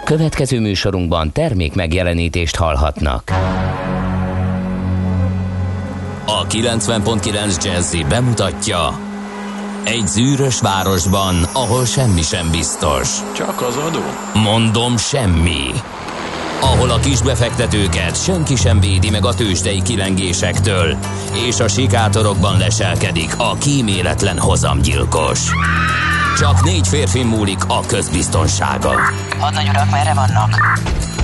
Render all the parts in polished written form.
Következő műsorunkban termék megjelenítést hallhatnak. A 90.9 Jazzy bemutatja: egy zűrös városban, ahol semmi sem biztos. Csak az adó? Mondom, semmi. Ahol a kisbefektetőket senki sem védi meg a tőzsdei kilengésektől, és a sikátorokban leselkedik a kíméletlen hozamgyilkos. Csak 4 férfi múlik a közbiztonsága. Hadnagy urak, merre vannak?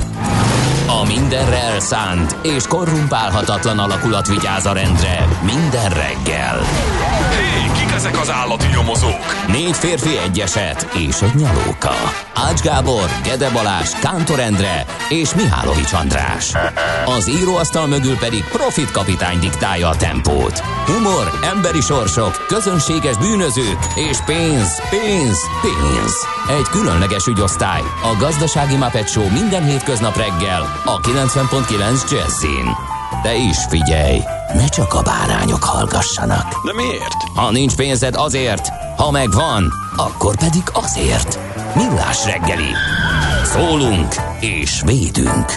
A mindenre elszánt és korrumpálhatatlan alakulat vigyáz a rendre minden reggel. Hé, kik ezek az állati nyomozók? 4 férfi, egy eset és egy nyalóka. Ács Gábor, Gede Balázs, Kántor Endre és Mihálovics András. Az íróasztal mögül pedig Profit kapitány diktálja a tempót. Humor, emberi sorsok, közönséges bűnözők és pénz, pénz, pénz. Egy különleges ügyosztály, a Gazdasági Muppet Show minden hétköznap reggel a 90.9 Jazzin. De is figyelj, ne csak a bárányok hallgassanak. De miért? Ha nincs pénzed, azért, ha megvan, akkor pedig azért. Millás reggeli. Szólunk és védünk.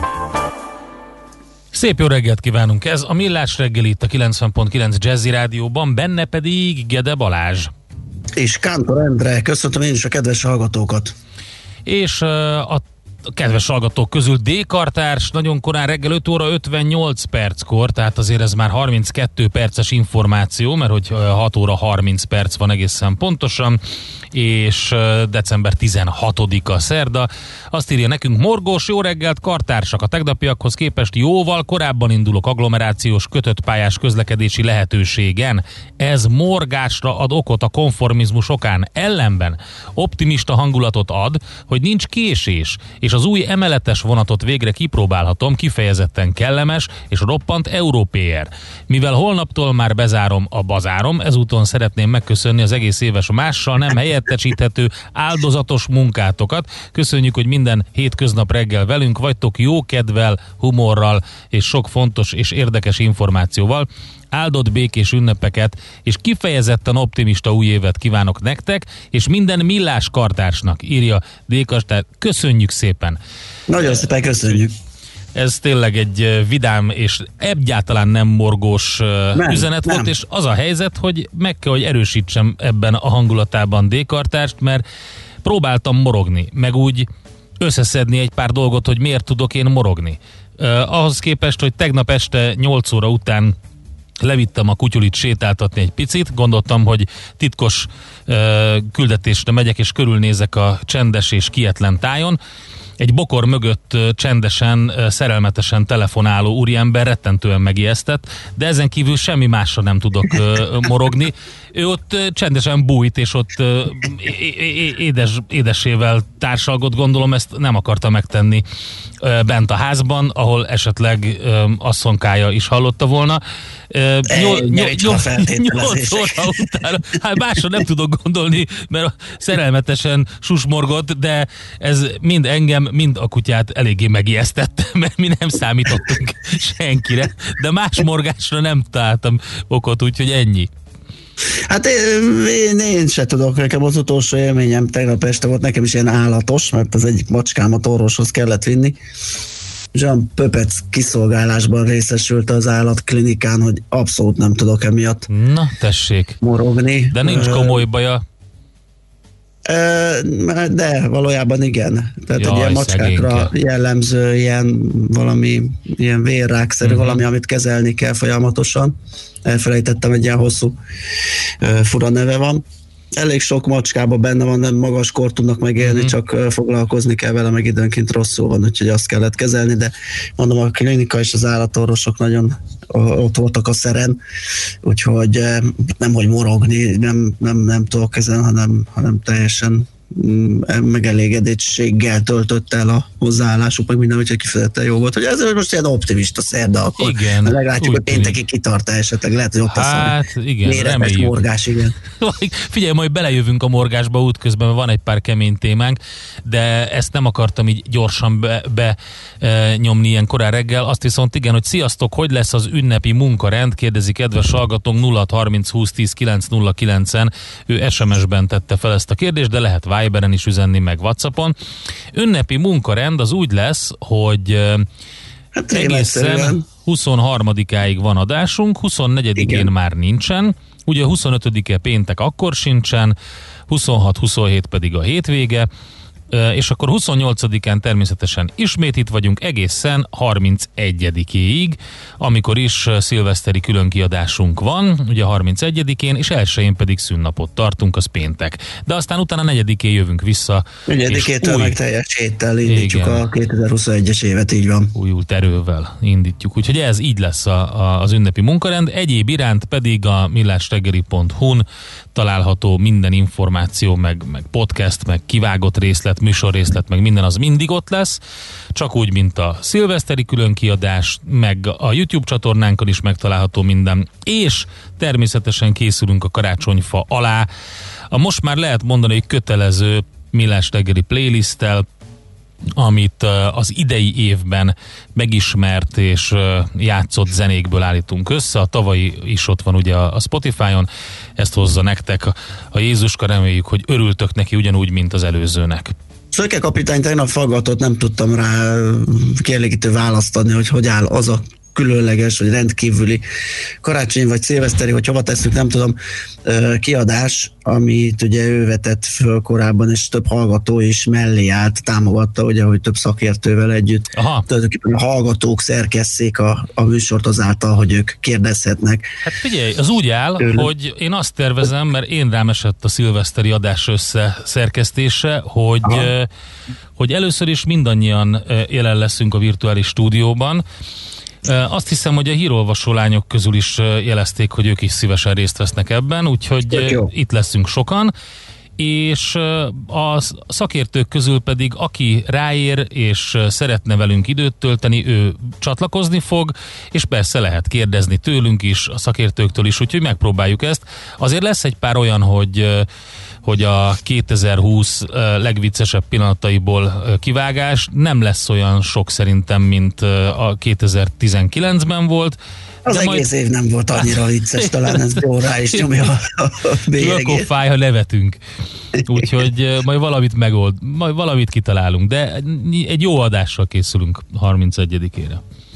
Szép jó reggelt kívánunk! Ez a Millás reggeli itt a 90.9 Jazzy Rádióban, benne pedig Gede Balázs. És Kántor Endre, köszöntöm én is a kedves hallgatókat. És a kedves hallgatók közül D-kartárs nagyon korán reggel 5 óra 58 perckor, tehát azért ez már 32 perces információ, mert hogy 6 óra 30 perc van egészen pontosan, és december 16-a szerda. Azt írja nekünk: Morgós, jó reggelt kartársak! A tegnapiakhoz képest jóval korábban indulok agglomerációs kötött pályás közlekedési lehetőségen. Ez morgásra ad okot a konformizmus okán. Ellenben optimista hangulatot ad, hogy nincs késés, és az új emeletes vonatot végre kipróbálhatom, kifejezetten kellemes és roppant európér. Mivel holnaptól már bezárom a bazárom, ezúton szeretném megköszönni az egész éves mással nem helyettesíthető áldozatos munkátokat. Köszönjük, hogy minden hétköznap reggel velünk vagytok, jó kedvel, humorral és sok fontos és érdekes információval. Áldott békés ünnepeket és kifejezetten optimista új évet kívánok nektek, és minden millás kartársnak, írja D-kartár. Köszönjük szépen! Nagyon szépen köszönjük! Ez tényleg egy vidám és egyáltalán nem morgós üzenet volt, és az a helyzet, hogy meg kell, hogy erősítsem ebben a hangulatában D-kartást, mert próbáltam morogni, meg úgy összeszedni egy pár dolgot, hogy miért tudok én morogni. Ahhoz képest, hogy tegnap este 8 óra után levittem a kutyulit sétáltatni egy picit, gondoltam, hogy titkos küldetésre megyek és körülnézek a csendes és kietlen tájon. Egy bokor mögött csendesen, szerelmetesen telefonáló úriember rettentően megijesztett, de ezen kívül semmi másra nem tudok morogni. Ő ott csendesen bújt, és ott édesével társalgott, gondolom ezt nem akarta megtenni bent a házban, ahol esetleg asszonkája is hallotta volna. 8 óra után, hát másra nem tudok gondolni, mert szerelmetesen susmorgott, de ez mind engem, mind a kutyát eléggé megijesztette, mert mi nem számítottunk senkire, de más morgásra nem találtam okot, úgyhogy ennyi. Hát én se tudok, nekem az utolsó élményem tegnap este volt, nekem is ilyen állatos, mert az egyik macskámat orvoshoz kellett vinni, és olyan pöpec kiszolgálásban részesült az állatklinikán, hogy abszolút nem tudok emiatt morogni. De nincs komoly baja. De valójában igen. Tehát egy ilyen macskákra jellemző ilyen valami, ilyen vérrákszerű valami, amit kezelni kell folyamatosan. Elfelejtettem, egy ilyen hosszú fura neve van. Elég sok macskában benne van, nem magas kort tudnak megélni, csak foglalkozni kell vele, meg időnként rosszul van, úgyhogy azt kellett kezelni, de mondom, a klinika és az állatorvosok nagyon ott voltak a szeren, úgyhogy nem hogy morogni, nem tudok ezen, hanem teljesen megelégedettséggel töltött el a hozzáállásuk, meg minden, úgyhogy kifejezetten jó volt, hogy ez most ilyen optimista szerda, akkor igen, meglátjuk, hogy pénteki kitart esetleg, lehet, hogy ott lesz a méretes morgás, igen. Figyelj, majd belejövünk a morgásba útközben, van egy pár kemény témánk, de ezt nem akartam így gyorsan benyomni ilyen korán reggel. Azt viszont igen, hogy sziasztok, hogy lesz az ünnepi munkarend, kérdezi kedves hallgatónk 0630 20 10 909-en. Ő SMS-ben tette fel ezt a kérdést, de lehet Viberen is üzenni, meg WhatsAppon. Ünnepi munkarend az úgy lesz, hogy egészen 23-áig van adásunk, 24-én már nincsen, ugye 25-e péntek akkor sincsen, 26-27 pedig a hétvége, és akkor 28-án természetesen ismét itt vagyunk egészen 31-éig, amikor is szilveszteri különkiadásunk van, ugye 31-én, és 1-én pedig szünnapot tartunk, az péntek. De aztán utána 4-én jövünk vissza. 4-től meg teljes héttel indítjuk a 2021-es évet, így van. Újult erővel indítjuk, úgyhogy ez így lesz az ünnepi munkarend. Egyéb iránt pedig a millásreggeli.hu-n található minden információ, meg podcast, meg kivágott részlet, műsorrészlet, meg minden az mindig ott lesz, csak úgy, mint a szilveszteri különkiadás, meg a YouTube csatornánkon is megtalálható minden, és természetesen készülünk a karácsonyfa alá. Most már lehet mondani, hogy kötelező Millás reggeli playlisttel, amit az idei évben megismert és játszott zenékből állítunk össze. A tavalyi is ott van ugye a Spotify-on, ezt hozza nektek a Jézuska, reméljük, hogy örültök neki ugyanúgy, mint az előzőnek. Szöke kapitány tegnap faggatott, nem tudtam rá kielégítő választ adni, hogy áll az a különleges, vagy rendkívüli karácsonyi, vagy szilveszteri, vagy hova tesszük, nem tudom, kiadás, amit ugye ő vetett föl korábban, és több hallgató is mellé állt, támogatta, ugye, hogy több szakértővel együtt. Tulajdonképpen a hallgatók szerkesszék a műsort azáltal, hogy ők kérdezhetnek. Hát figyelj, az úgy áll, hogy én azt tervezem, mert én rám esett a szilveszteri adás összeszerkesztése, hogy először is mindannyian jelen leszünk a virtuális stúdióban. Azt hiszem, hogy a hírolvasó lányok közül is jelezték, hogy ők is szívesen részt vesznek ebben, úgyhogy itt leszünk sokan, és a szakértők közül pedig aki ráér és szeretne velünk időt tölteni, ő csatlakozni fog, és persze lehet kérdezni tőlünk is, a szakértőktől is, úgyhogy megpróbáljuk ezt. Azért lesz egy pár olyan, hogy a 2020 legviccesebb pillanataiból kivágás, nem lesz olyan sok szerintem, mint a 2019-ben volt. Az egész év nem volt annyira vicces, talán ez jó rá is nyomja a bélyegét. Akkor fáj, ha nevetünk. Úgyhogy majd valamit kitalálunk, de egy jó adással készülünk 31-ére.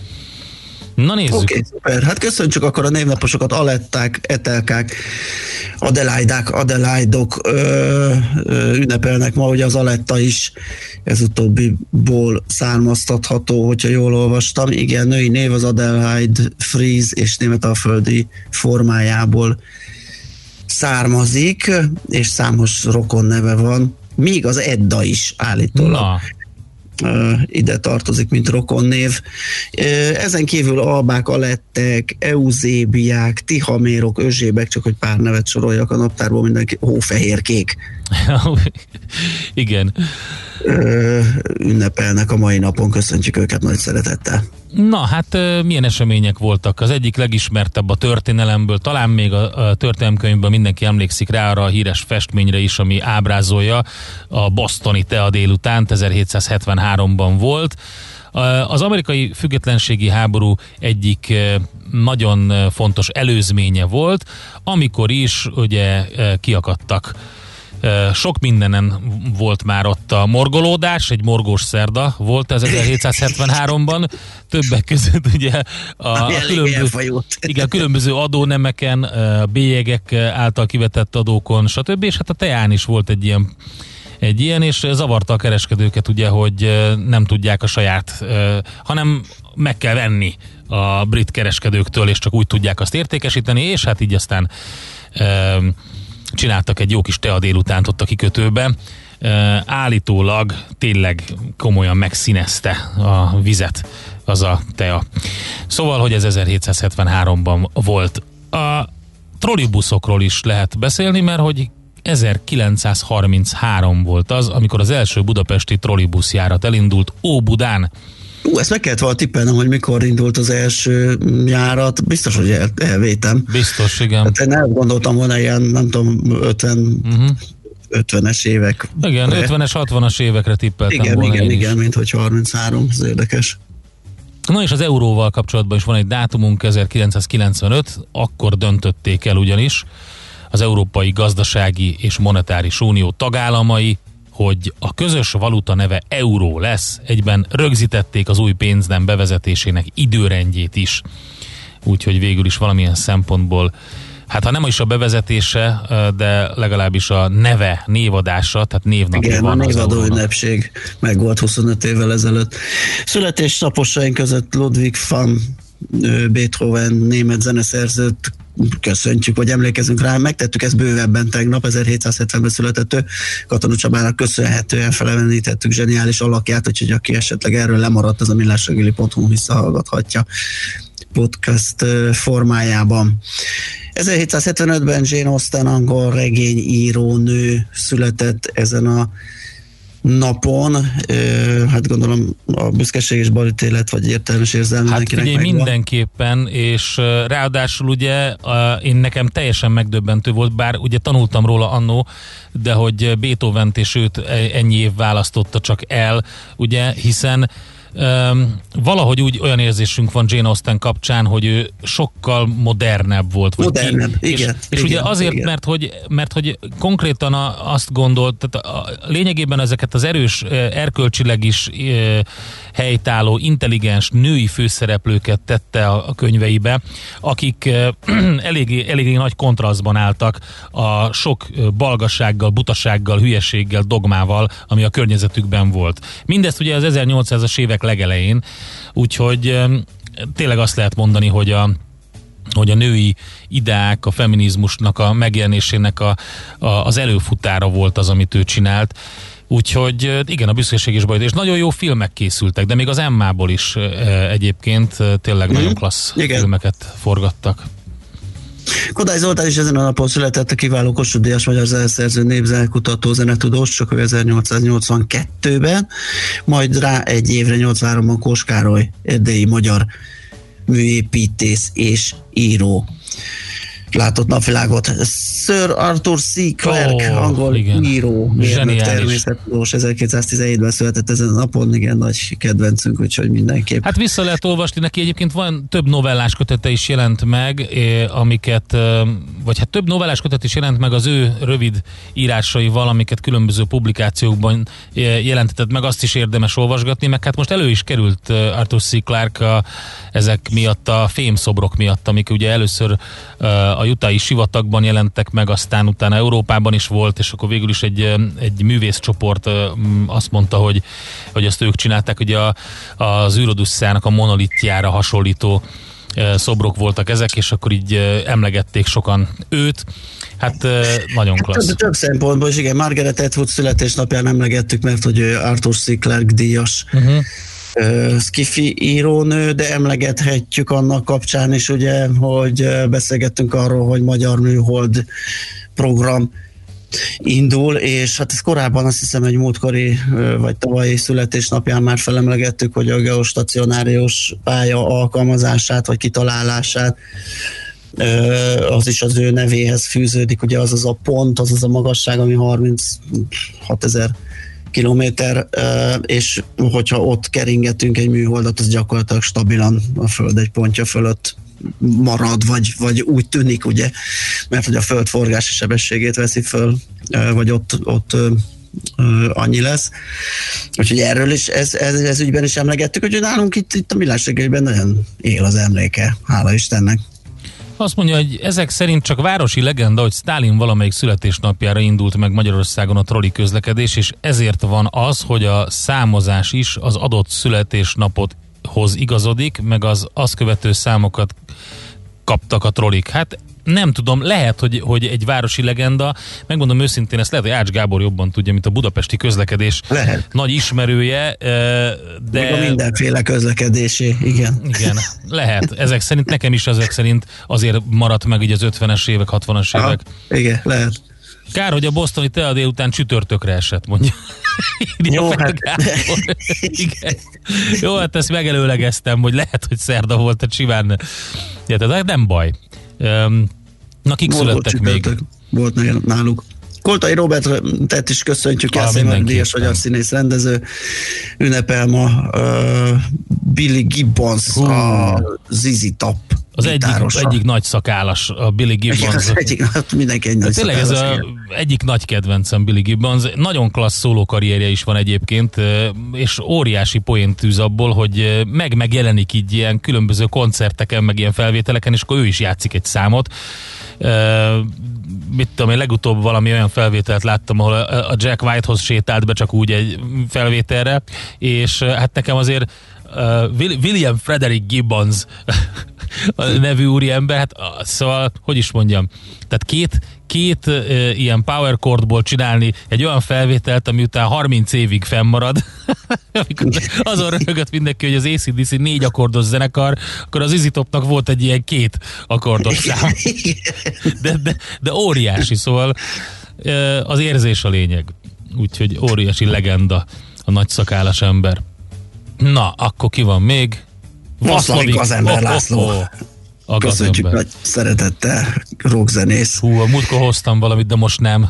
Na nézzük. Oké, szuper. Hát köszönjük akkor a névnaposokat, Aletták, Etelkák, Adelaidák, Adelaidok ünnepelnek ma, ugye az Aletta is ez utóbbiból származtatható, hogyha jól olvastam. Igen, női név az Adelaide Fries és németalföldi formájából származik, és számos rokon neve van, még az Edda is állítólag. Ide tartozik, mint rokonnév. Ezen kívül albák, alettek, euzébiák, tihamérok, özsébek, csak hogy pár nevet soroljak a naptárból, mindenki, hófehérkék. Igen. Ünnepelnek a mai napon, köszöntjük őket nagy szeretettel. Na, hát milyen események voltak? Az egyik legismertebb a történelemből, talán még a történelemkönyvben mindenki emlékszik rá arra a híres festményre is, ami ábrázolja a bostoni tea délután, 1773-ban volt. Az amerikai függetlenségi háború egyik nagyon fontos előzménye volt, amikor is ugye kiakadtak. Sok mindenen volt már ott a morgolódás, egy morgós szerda volt 1773-ban, többek között ugye a különböző adónemeken, bélyegek által kivetett adókon, stb. És hát a teán is volt egy ilyen, és zavarta a kereskedőket ugye, hogy nem tudják a saját, hanem meg kell venni a brit kereskedőktől, és csak úgy tudják azt értékesíteni, és hát így aztán csináltak egy jó kis tea délutánt ott a kikötőbe. Állítólag tényleg komolyan megszínezte a vizet az a tea. Szóval, hogy ez 1773-ban volt. A trollibuszokról is lehet beszélni, mert hogy 1933 volt az, amikor az első budapesti trollibuszjárat elindult Óbudán. Ezt meg kellett volna tippelnem, hogy mikor indult az első járat. Biztos, hogy elvétem. Biztos, igen. Hát én elgondoltam volna ilyen, nem tudom, 50-es évek. Igen, 50-es, 60-as évekre tippeltem volna. Igen, mint hogy 33, ez érdekes. Na és az euróval kapcsolatban is van egy dátumunk, 1995, akkor döntötték el ugyanis az Európai Gazdasági és Monetáris Unió tagállamai, hogy a közös valuta neve euró lesz, egyben rögzítették az új pénznem bevezetésének időrendjét is. Úgyhogy végül is valamilyen szempontból, hát ha nem is a bevezetése, de legalábbis a neve, névadása, tehát névnapja igen, van. Igen, a névadó ünnepség meg volt 25 évvel ezelőtt. Születésnaposaink között Ludwig van Beethoven, német zeneszerzőt köszöntjük, vagy emlékezünk rá, megtettük ezt bővebben tegnap, 1770-ben született ő, Katona Csabának köszönhetően felevenítettük zseniális alakját, úgyhogy aki esetleg erről lemaradt, az a millásregeli.hu visszahallgathatja podcast formájában. 1775-ben Jane Austen, angol regényírónő született ezen a napon. Hát gondolom a büszkeség és balítélet, vagy értelmes érzelme mindenkinek megvan. Hát mindenképpen, és ráadásul ugye én nekem teljesen megdöbbentő volt, bár ugye tanultam róla annó, de hogy Beethovent és őt ennyi év választotta csak el, ugye, hiszen valahogy úgy olyan érzésünk van Jane Austen kapcsán, hogy ő sokkal modernebb volt. Modernebb, igen. És ugye azért, igen. Mert hogy konkrétan azt gondolt, tehát lényegében ezeket az erős, erkölcsileg is helytálló, intelligens női főszereplőket tette a könyveibe, akik elég nagy kontrasztban álltak a sok balgasággal, butasággal, hülyeséggel, dogmával, ami a környezetükben volt. Mindezt ugye az 1800-as évek legelején, úgyhogy tényleg azt lehet mondani, hogy a női ideák, a feminizmusnak a megjelenésének az előfutára volt az, amit ő csinált. Úgyhogy igen, a büszkeség is baj, és nagyon jó filmek készültek, de még az Emmából is egyébként tényleg nagyon klassz filmeket forgattak. Kodály Zoltán is ezen a napon született, a kiváló Kossuth Díjas magyar zeneszerző, népzenekutató, zenetudós, csak ő 1882-ben, majd rá egy évre 83-ban Kós Károly, erdélyi magyar műépítész és író látott napvilágot. Sir Arthur C. Clarke, angol író, természetudós, 1917-ben született ezen a napon, igen, nagy kedvencünk, úgyhogy mindenképp. Hát vissza lehet olvasni, neki egyébként van több novellás kötete is jelent meg, amiket, vagy hát több novellás kötet is jelent meg az ő rövid írásaival, amiket különböző publikációkban jelentetett meg, azt is érdemes olvasgatni, meg hát most elő is került Arthur C. Clarke ezek miatt, a fémszobrok miatt, amik ugye először a Utahi sivatagban jelentek meg, aztán utána Európában is volt, és akkor végül is egy művészcsoport azt mondta, hogy azt ők csinálták, hogy az űrodüsszeának a monolitjára hasonlító szobrok voltak ezek, és akkor így emlegették sokan őt. Hát nagyon klassz. Több szempontból is, igen, Margaret Atwood születésnapján emlegettük, mert hogy Arthur C. Clarke díjas skifi írónő, de emlegethetjük annak kapcsán is, ugye, hogy beszélgettünk arról, hogy Magyar Műhold program indul, és hát ez korábban azt hiszem egy múltkori vagy tavalyi születésnapján már felemlegettük, hogy a geostacionárius pálya alkalmazását vagy kitalálását az is az ő nevéhez fűződik, ugye az a pont, az a magasság, ami 36 000 kilométer, és hogyha ott keringetünk egy műholdat, az gyakorlatilag stabilan a Föld egy pontja fölött marad, vagy úgy tűnik, ugye, mert hogy a Föld forgási sebességét veszi föl, vagy ott annyi lesz. Úgyhogy erről is, ez ügyben is emlegettük, hogy nálunk itt a Millásregeliben nagyon él az emléke, hála Istennek. Azt mondja, hogy ezek szerint csak városi legenda, hogy Sztálin valamelyik születésnapjára indult meg Magyarországon a troli közlekedés, és ezért van az, hogy a számozás is az adott születésnapothoz igazodik, meg az azt követő számokat kaptak a trolik. Hát nem tudom, lehet, hogy egy városi legenda, megmondom őszintén, ezt lehet, hogy Ács Gábor jobban tudja, mint a budapesti közlekedés lehet. Nagy ismerője, de... Még a mindenféle közlekedésé, igen. Igen, lehet. Ezek szerint, nekem is ezek szerint azért maradt meg így az 50-es évek, 60-as évek. Igen, lehet. Kár, hogy a bostoni tea délután csütörtökre esett, mondja. Jó, hát... Igen. Jó, hát ezt megelőlegeztem, hogy lehet, hogy szerda volt, a simán. De nem baj. Na, kik születtek még? Volt náluk. Koltai Robertet is köszöntjük, Jászai Díjas magyar színész rendező, ünnepel ma Billy Gibbons, a ZZ Top Az egyik nagy szakállas, a Billy Gibbons. Mindenki egy nagy tényleg szakállas. Ez egyik nagy kedvencem, Billy Gibbons. Nagyon klassz szóló karrierje is van egyébként, és óriási poént tűz abból, hogy megjelenik így ilyen különböző koncerteken, meg ilyen felvételeken, és akkor ő is játszik egy számot. Mit tudom én, legutóbb valami olyan felvételt láttam, ahol a Jack Whitehoz sétált be csak úgy egy felvételre, és hát nekem azért William Frederick Gibbons a nevű úriember, hát szóval, hogy is mondjam, tehát két ilyen power chordból csinálni egy olyan felvételt, ami után 30 évig fennmarad, amikor azon röhögött mindenki, hogy az AC/DC 4 akkordos zenekar, akkor az Izzy Topnak volt egy ilyen 2 akkordos szám. De óriási, szóval az érzés a lényeg. Úgyhogy óriási legenda a nagy szakállas ember. Na, akkor ki van még? Vaszlavik Gazember László. Köszönjük nagy szeretettel, rockzenész. Hú, a múltkor hoztam valamit, de most nem.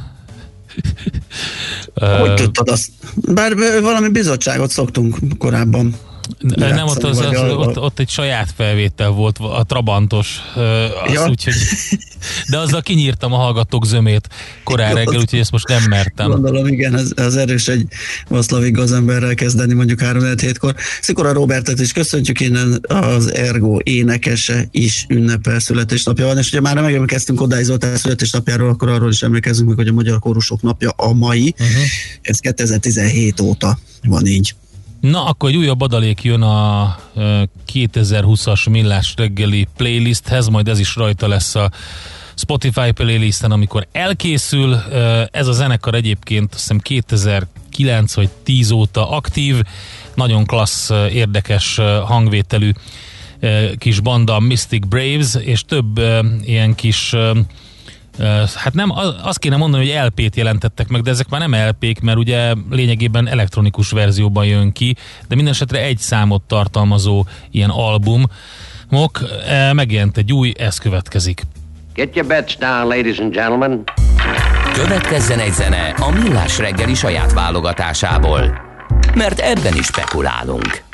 Hogy tudtad azt? Bár valami bizottságot szoktunk korábban. Nem, ott egy saját felvétel volt, a Trabantos, úgyhogy, de azzal kinyírtam a hallgatók zömét korán reggel, úgyhogy ezt most nem mertem. Gondolom, igen, az erős egy Vaszlavik Gazemberrel kezdeni mondjuk 3-7-kor. Szikora Robertet is köszöntjük, innen az Ergo énekese is ünnepel születésnapja van, és ugye már emlékeztünk Kodály Zoltán születésnapjáról, akkor arról is emlékezünk meg, hogy a Magyar Kórusok napja a mai. Ez 2017 óta van így. Na, akkor egy újabb adalék jön a 2020-as Millás reggeli playlisthez, majd ez is rajta lesz a Spotify playlisten, amikor elkészül. Ez a zenekar egyébként azt hiszem 2009 vagy 10 óta aktív, nagyon klassz, érdekes hangvételű kis banda, Mystic Braves, és több ilyen kis hát nem, azt kéne mondani, hogy LP-t jelentettek meg, de ezek már nem LP-k, mert ugye lényegében elektronikus verzióban jön ki, de minden esetre egy számot tartalmazó ilyen albumok. Megjelent egy új, ez következik. Get your bets down, ladies and gentlemen. Következzen egy zene a Millás reggeli saját válogatásából, mert ebben is spekulálunk.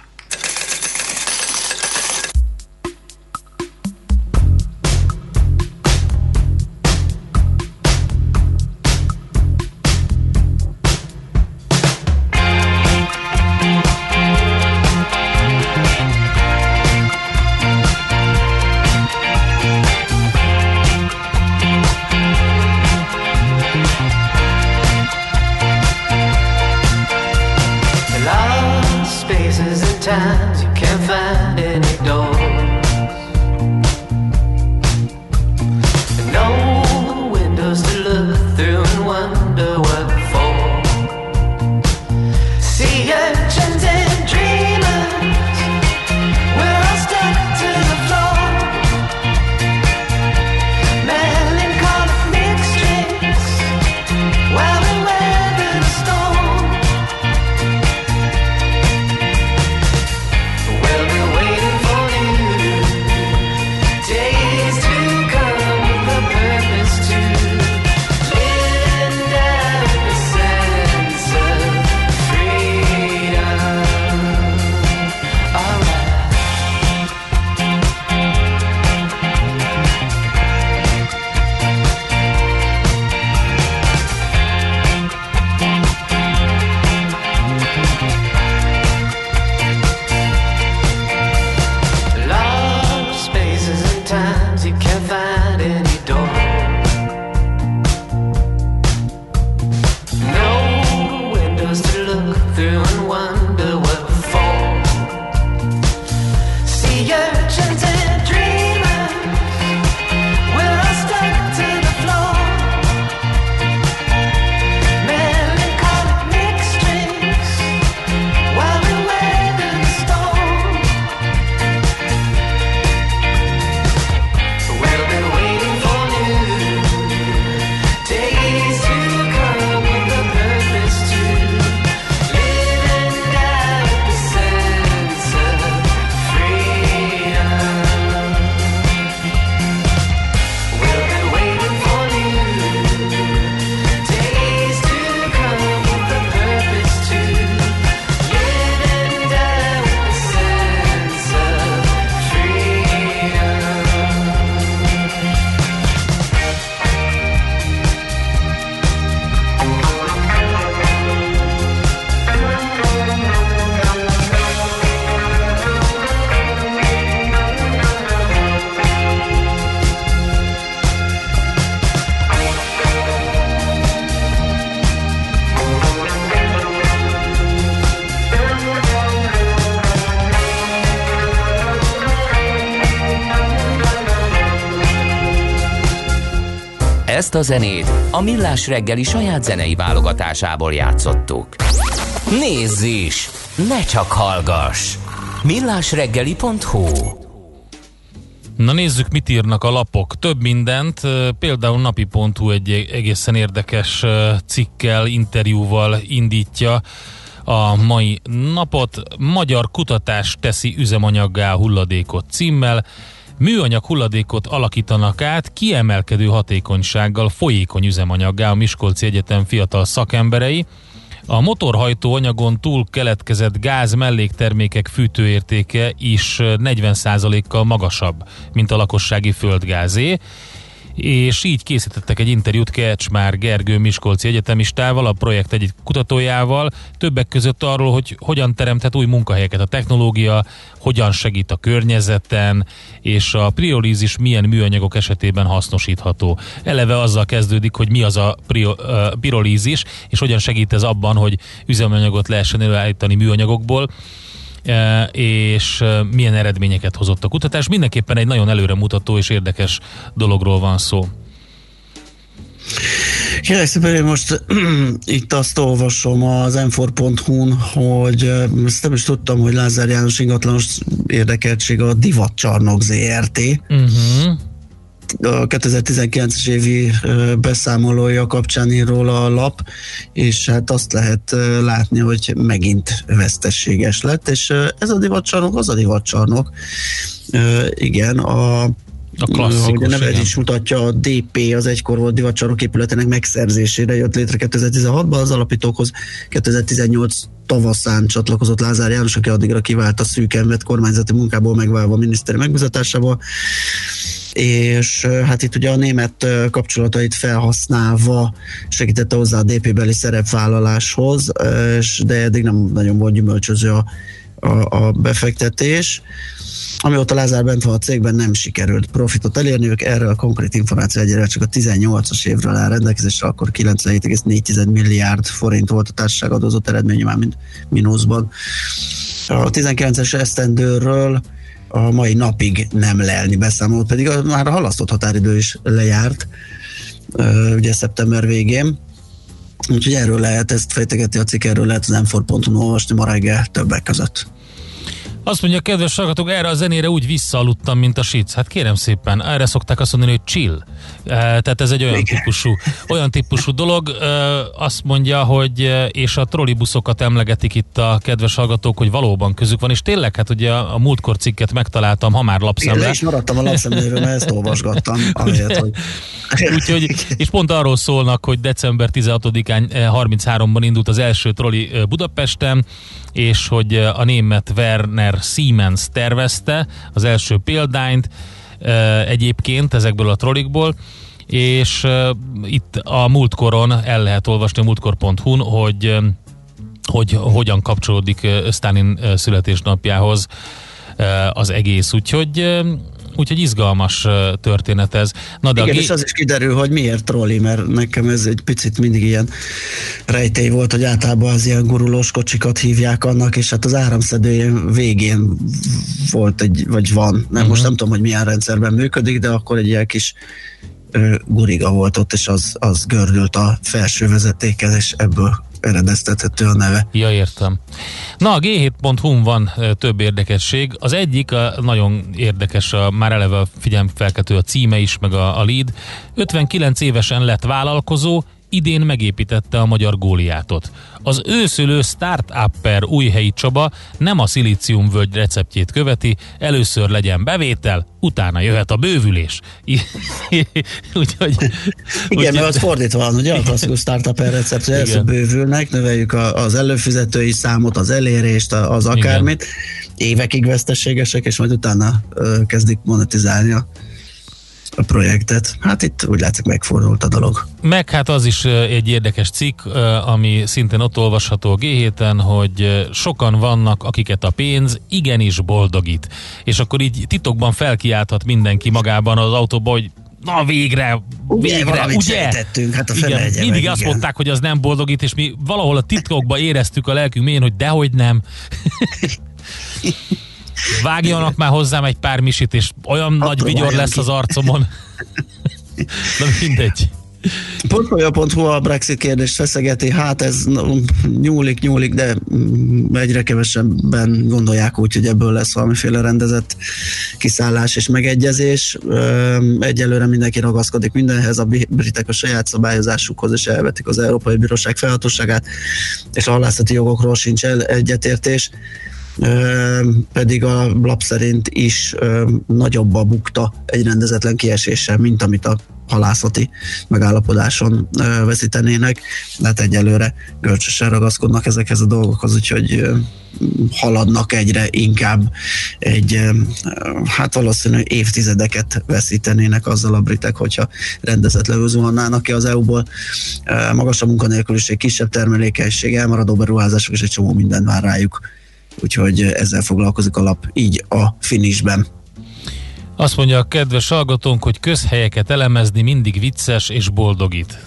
Times you can't find any doors, no windows to look through and wonder what for. Sea urchins and dreamers, we're all stuck to the floor. Melancholic mixtures while we weather the storm. Ezt a zenét a Millás reggeli saját zenei válogatásából játszottuk. Nézz is! Ne csak hallgass! millásreggeli.hu. Na nézzük, mit írnak a lapok. Több mindent, például napi.hu egy egészen érdekes cikkel, interjúval indítja a mai napot. Magyar kutatás teszi üzemanyaggá hulladékot címmel. Műanyag hulladékot alakítanak át kiemelkedő hatékonysággal folyékony üzemanyaggá a Miskolci Egyetem fiatal szakemberei. A motorhajtó anyagon túl keletkezett gáz melléktermékek fűtőértéke is 40%-kal magasabb, mint a lakossági földgázé, és így készítettek egy interjút Kecsmár Gergő miskolci egyetemistával, a projekt egyik kutatójával, többek között arról, hogy hogyan teremthet új munkahelyeket a technológia, hogyan segít a környezeten, és a pirolízis milyen műanyagok esetében hasznosítható. Eleve azzal kezdődik, hogy mi az a pirolízis, és hogyan segít ez abban, hogy üzemanyagot lehessen előállítani műanyagokból, és milyen eredményeket hozott a kutatás. Mindenképpen egy nagyon előremutató és érdekes dologról van szó. Kérlek szépen, én most itt azt olvasom az m4.hu-n, hogy ezt nem is tudtam, hogy Lázár János ingatlanos érdekeltsége a Divatcsarnok ZRT. A 2019-es évi beszámolója kapcsán ír róla a lap, és hát azt lehet látni, hogy megint veszteséges lett, és ez a divatcsarnok az a divatcsarnok. Igen, a klasszikus, a neve is mutatja, a DP, az egykor volt divatcsarnok épületének megszerzésére jött létre 2016-ban, az alapítókhoz 2018 tavaszán csatlakozott Lázár János, aki addigra kivált a szűken vett kormányzati munkából megválva a miniszteri megbízatásából, és hát itt ugye a német kapcsolatait felhasználva segítette hozzá a DP-beli szerepvállaláshoz, de eddig nem nagyon volt gyümölcsöző a befektetés. Amióta Lázár bent van a cégben, nem sikerült profitot elérniük, erről a konkrét információ egyre csak a 18-as évről áll rendelkezésre, akkor 97,4 milliárd forint volt a társaság adózott eredménye, már mint mínuszban. A 19-es esztendőről a mai napig nem lelni beszámolt, pedig már a halasztott határidő is lejárt, ugye szeptember végén. Úgyhogy erről lehet, ezt fejtegeti a cikk, erről lehet az m4.hu-n olvasni ma reggel többek között. Azt mondja, kedves hallgatók, erre a zenére úgy visszaaludtam, mint a sic. Hát kérem szépen, erre szokták azt mondani, hogy chill. Tehát ez egy olyan típusú dolog. Azt mondja, hogy és a trollibuszokat emlegetik itt a kedves hallgatók, hogy valóban közük van, és tényleg, hát ugye a múltkor cikket megtaláltam, ha már lapszemle. Én is maradtam a lapszemléről, mert ezt olvasgattam. Ahelyett, hogy... Úgyhogy, és pont arról szólnak, hogy december 16-án 33-ban indult az első trolli Budapesten, és hogy a német Werner Siemens tervezte az első példányt egyébként ezekből a trollikból, és itt a múltkoron el lehet olvasni a múltkor.hu-n, hogy hogyan kapcsolódik Sztálin születésnapjához az egész, úgyhogy izgalmas történet ez. Na, de igen, és az is kiderül, hogy miért trolli, mert nekem ez egy picit mindig ilyen rejtély volt, hogy általában az ilyen gurulós kocsikat hívják annak, és hát az áramszedő végén volt vagy van. Most nem tudom, hogy milyen rendszerben működik, de akkor egy ilyen kis guriga volt ott, és az gördült a felső vezetéken, és ebből eredeztethető a neve. Ja, értem. Na, a G7.hu-n van több érdekesség. Az egyik nagyon érdekes, már eleve figyelemfelkeltő a címe is, meg a lead. 59 évesen lett vállalkozó, idén megépítette a magyar Góliátot. Az őszülő start-upper Újhelyi Csaba nem a szilíciumvölgy receptjét követi, először legyen bevétel, utána jöhet a bővülés. Igen, mert az fordítva van, ugye a klasszikus start-upper recept, hogy először bővülnek, növeljük az előfizetői számot, az elérést, az akármit, évekig veszteségesek, és majd utána kezdik monetizálni a projektet. Hát itt úgy látszik, megfordult a dolog. Meg hát az is egy érdekes cikk, ami szintén ott olvasható a G7-en, hogy sokan vannak, akiket a pénz igenis boldogít. És akkor így titokban felkiálthat mindenki magában az autóba, hogy na végre, ugye? Hát a igen, mindig azt mondták, hogy az nem boldogít, és mi valahol a titokban éreztük a lelkünk mélyén, hogy dehogy nem. Vágjanak már hozzám egy pár misit, és olyan nagy vigyor lesz az arcomon. Na mindegy. Portfolio.hu a Brexit kérdést feszegeti, hát ez nyúlik, de egyre kevesebben gondolják úgy, hogy ebből lesz valamiféle rendezett kiszállás és megegyezés. Egyelőre mindenki ragaszkodik mindenhez, a britek a saját szabályozásukhoz, és elvetik az Európai Bíróság felhatóságát, és a halászati jogokról sincs egyetértés. Pedig a lap szerint is nagyobb a bukta egy rendezetlen kieséssel, mint amit a halászati megállapodáson veszítenének, de hát egyelőre görcsösen ragaszkodnak ezekhez a dolgokhoz, úgyhogy haladnak egyre inkább hát valószínű évtizedeket veszítenének azzal a britek, hogyha rendezetlenül zuhannának ki az EU-ból. Magasabb munkanélküliség, kisebb termelékenység, elmaradó beruházások és egy csomó minden vár rájuk. Úgyhogy ezzel foglalkozik a lap így a finishben. Azt mondja a kedves hallgatónk, hogy közhelyeket elemezni mindig vicces és boldogít.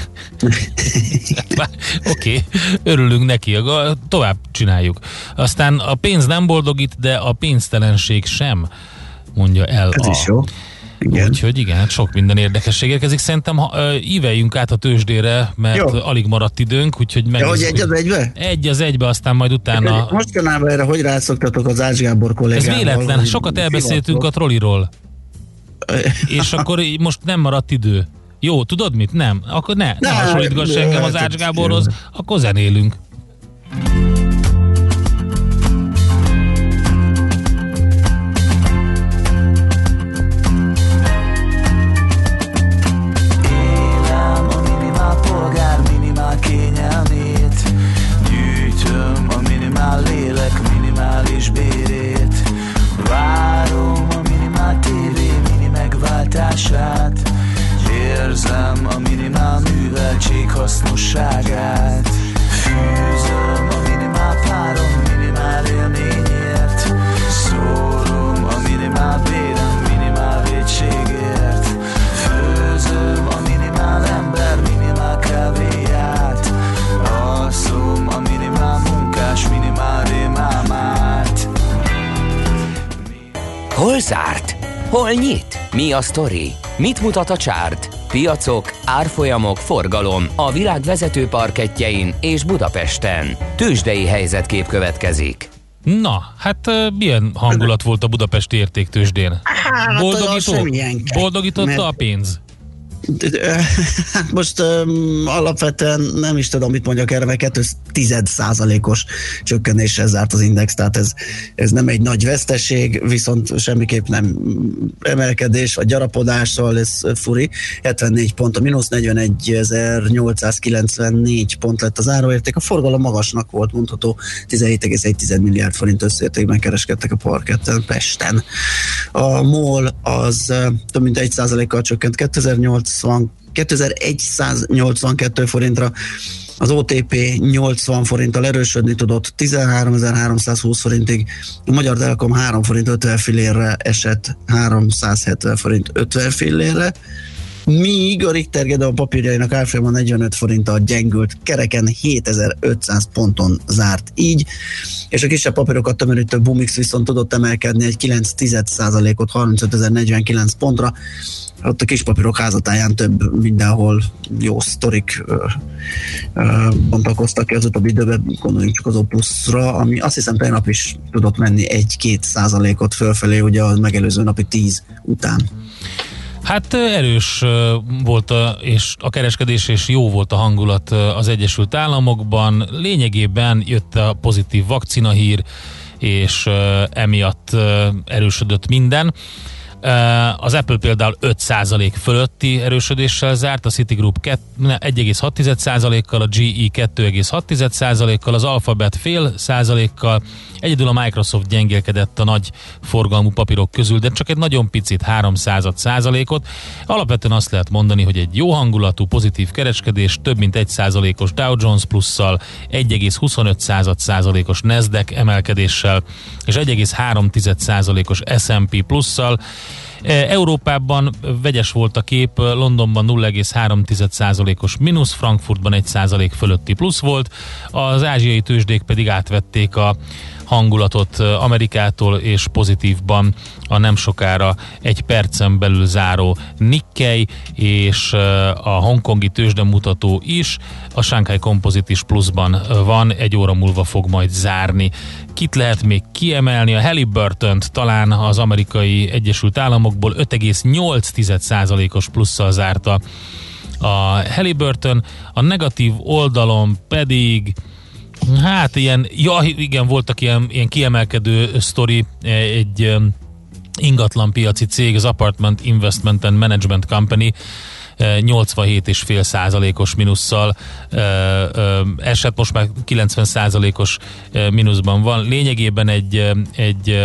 Oké, örülünk neki, tovább csináljuk. Aztán a pénz nem boldogít, de a pénztelenség sem, mondja el. Ez is jó. Igen. Úgyhogy igen, hát sok minden érdekesség érkezik. Szerintem íveljünk át a tőzsdére, mert jó. Alig maradt időnk, úgyhogy meg. Hogy egy az egybe? Egy az egybe, aztán majd utána. Mostanában erre hogy rászoktatok az Ács Gábor kollégával? Ez véletlen, sokat elbeszéltünk a trolliról. És akkor most nem maradt idő. Jó, tudod mit? Nem. Akkor ne hasonlítgass engem az Ács Gáborhoz, akkor zenélünk. Érzem a minimál műveltség hasznosságát. Fűzöm a minimál párom minimál élményért. Szórom a minimál bérem minimál vétségért. Főzöm a minimál ember minimál kávéját. Alszom a minimál munkás minimál rémálmát. Hol zárt? Hol nyit? Mi a sztori? Mit mutat a csárt? Piacok, árfolyamok, forgalom a világ vezető parkettjein és Budapesten. Tőzsdei helyzetkép következik. Na, hát milyen hangulat volt a budapesti értéktőzsdén? Boldogította a pénz? Most alapvetően nem is tudom, mit mondjak erre, mert 2,1%-os csökkenéssel zárt az index, tehát ez nem egy nagy veszteség, viszont semmiképp nem emelkedés vagy gyarapodás, szóval ez furi. 74 pont a mínusz, 41.894 pont lett az áróérték. A forgalom magasnak volt mondható, 17,1 milliárd forint összértékben kereskedtek a parketten Pesten. A MOL az több mint 1%-kal csökkent 2182 forintra, az OTP 80 forinttal erősödni tudott 13.320 forintig, a Magyar Telekom 3 forint 50 fillérre esett 370 forint 50 fillérre, míg a Richter Gedeon papírjainak árfolyama 45 forinttal gyengült, kereken 7500 ponton zárt így, és a kisebb papírokat tömörítő Bumix viszont tudott emelkedni egy 9,1%-ot 35.049 pontra. Ott a kis papírok házatáján több mindenhol jó sztorik bontakoztak ki az utóbbi időben, gondoljunk csak az Opusra, ami azt hiszem tegnap is tudott menni 1-2%-ot fölfelé, ugye a megelőző napi 10 után. Hát erős volt és a kereskedés, és jó volt a hangulat az Egyesült Államokban. Lényegében jött a pozitív vakcinahír, és emiatt erősödött minden. Az Apple például 5% fölötti erősödéssel zárt, a Citigroup 1,6%-kal, a GE 2,6%-kal, az Alphabet fél százalékkal, egyedül a Microsoft gyengélkedett a nagy forgalmú papírok közül, de csak egy nagyon picit, 0,03%-ot. Alapvetően azt lehet mondani, hogy egy jó hangulatú, pozitív kereskedés, több mint 1%-os Dow Jones plusszal, 1,25%-os Nasdaq emelkedéssel, és 1,3%-os S&P plusszal. Európában vegyes volt a kép, Londonban 0,3%-os mínusz, Frankfurtban 1% fölötti plusz volt, az ázsiai tőzsdék pedig átvették a hangulatot Amerikától, és pozitívban a nem sokára egy percen belül záró Nikkei, és a hongkongi tőzsdemutató is. A Shanghai Composite is pluszban van, egy óra múlva fog majd zárni. Kit lehet még kiemelni? A Halliburtont talán az Amerikai Egyesült Államokból 5,8%-os plusszal zárta a Halliburton. A negatív oldalon pedig hát igen, voltak ilyen kiemelkedő sztori, egy ingatlanpiaci cég, az Apartment Investment and Management Company 87,5%-os mínusszal esett, most már 90%-os mínuszban van. Lényegében egy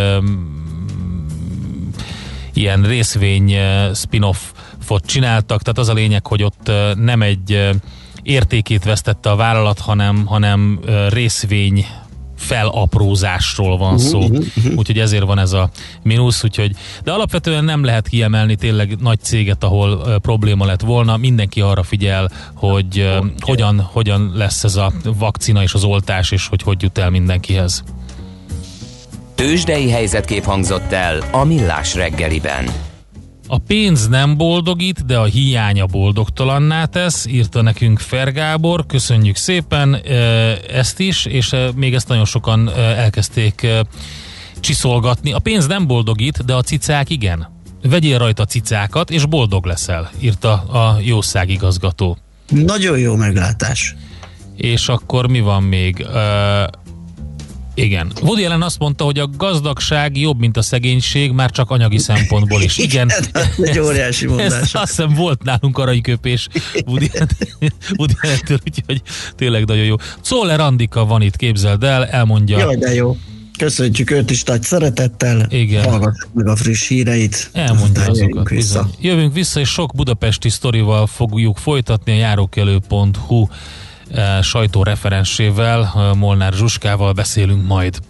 ilyen részvény spin-offot csináltak, tehát az a lényeg, hogy ott nem egy értékét vesztette a vállalat, hanem részvény felaprózásról van szó. Úgyhogy ezért van ez a mínusz, de alapvetően nem lehet kiemelni tényleg nagy céget, ahol probléma lett volna. Mindenki arra figyel, hogy hogyan lesz ez a vakcina és az oltás, és hogy jut el mindenkihez. Tőzsdei helyzetkép hangzott el a Millás reggeliben. A pénz nem boldogít, de a hiánya boldogtalanná tesz, írta nekünk Fergábor. Köszönjük szépen ezt is, és még ezt nagyon sokan elkezdték csiszolgatni. A pénz nem boldogít, de a cicák igen. Vegyél rajta cicákat, és boldog leszel, írta a jószág igazgató. Nagyon jó meglátás. És akkor mi van még? Igen. Woody Allen azt mondta, hogy a gazdagság jobb, mint a szegénység, már csak anyagi szempontból is. Igen. Egy óriási mondás. Azt hiszem volt nálunk aranyköpés Woody Allentől, úgyhogy tényleg nagyon jó. Czoller Andika van itt, képzeld el, elmondja. Jaj, de jó. Köszöntjük őt is nagy szeretettel. Igen. Hallgassuk meg a friss hírait. Elmondja azokat. Jövünk vissza, és sok budapesti sztorival fogjuk folytatni a járókelő.hu sajtóreferensével, Molnár Zsuskával beszélünk majd.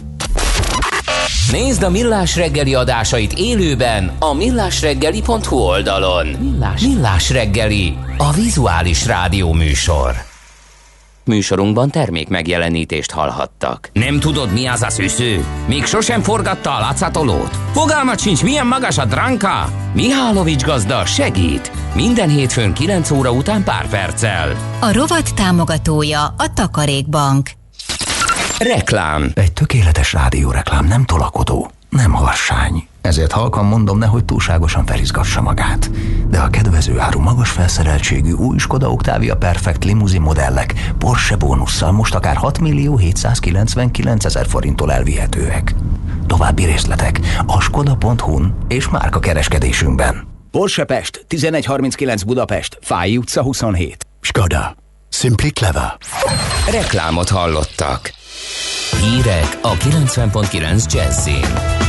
Nézd a Millás reggeli adásait élőben a millásreggeli.hu oldalon. Millás reggeli, a vizuális rádió műsor. Műsorunkban termék megjelenítést hallhattak. Nem tudod, mi az a szűző? Még sosem forgatta a látszatolót? Fogalmat sincs, milyen magas a dránka? Mihálovics gazda segít! Minden hétfőn 9 óra után pár perccel. A rovat támogatója a Takarékbank. Reklám. Egy tökéletes rádióreklám nem tolakodó, nem harsány. Ezért halkan mondom, nehogy túlságosan felizgassa magát. De a kedvező áru magas felszereltségű új Skoda Octavia Perfect limuzin modellek Porsche bónusszal most akár 6.799.000 forinttól elvihetőek. További részletek a skoda.hu-n és márka kereskedésünkben. Porsche Pest, 1139 Budapest, Fáy utca 27. Skoda. Simply clever. Reklámot hallottak. Hírek a 90.9 Jazzin.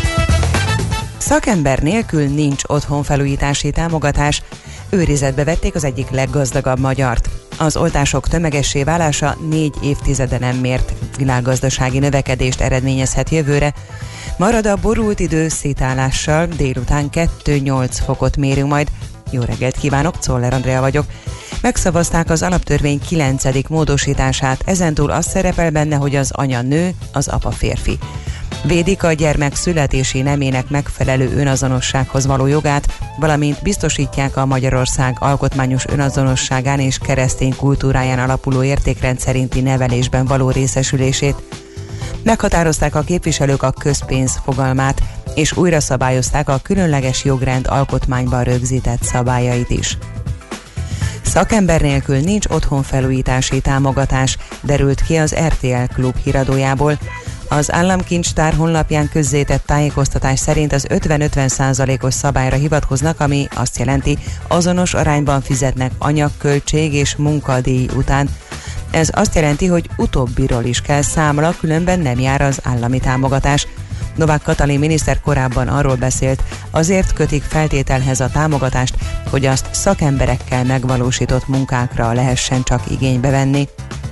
Szakember nélkül nincs otthonfelújítási támogatás. Őrizetbe vették az egyik leggazdagabb magyart. Az oltások tömegessé válása 4 évtizede nem mért világgazdasági növekedést eredményezhet jövőre. Marad a borult idő szétállással, délután 2-8 fokot mérünk majd. Jó reggelt kívánok, Czoller Andrea vagyok. Megszavazták az alaptörvény 9. módosítását, ezentúl az szerepel benne, hogy az anya nő, az apa férfi. Védik a gyermek születési nemének megfelelő önazonossághoz való jogát, valamint biztosítják a Magyarország alkotmányos önazonosságán és keresztény kultúráján alapuló értékrend szerinti nevelésben való részesülését. Meghatározták a képviselők a közpénz fogalmát, és újra szabályozták a különleges jogrend alkotmányban rögzített szabályait is. Szakember nélkül nincs otthonfelújítási támogatás, derült ki az RTL Klub híradójából. Az államkincstár honlapján közzétett tájékoztatás szerint az 50-50%-os szabályra hivatkoznak, ami azt jelenti, azonos arányban fizetnek anyagköltség és munkadíj után. Ez azt jelenti, hogy utóbbiról is kell számla, különben nem jár az állami támogatás. Novák Katalin miniszter korábban arról beszélt, azért kötik feltételhez a támogatást, hogy azt szakemberekkel megvalósított munkákra lehessen csak igénybe venni.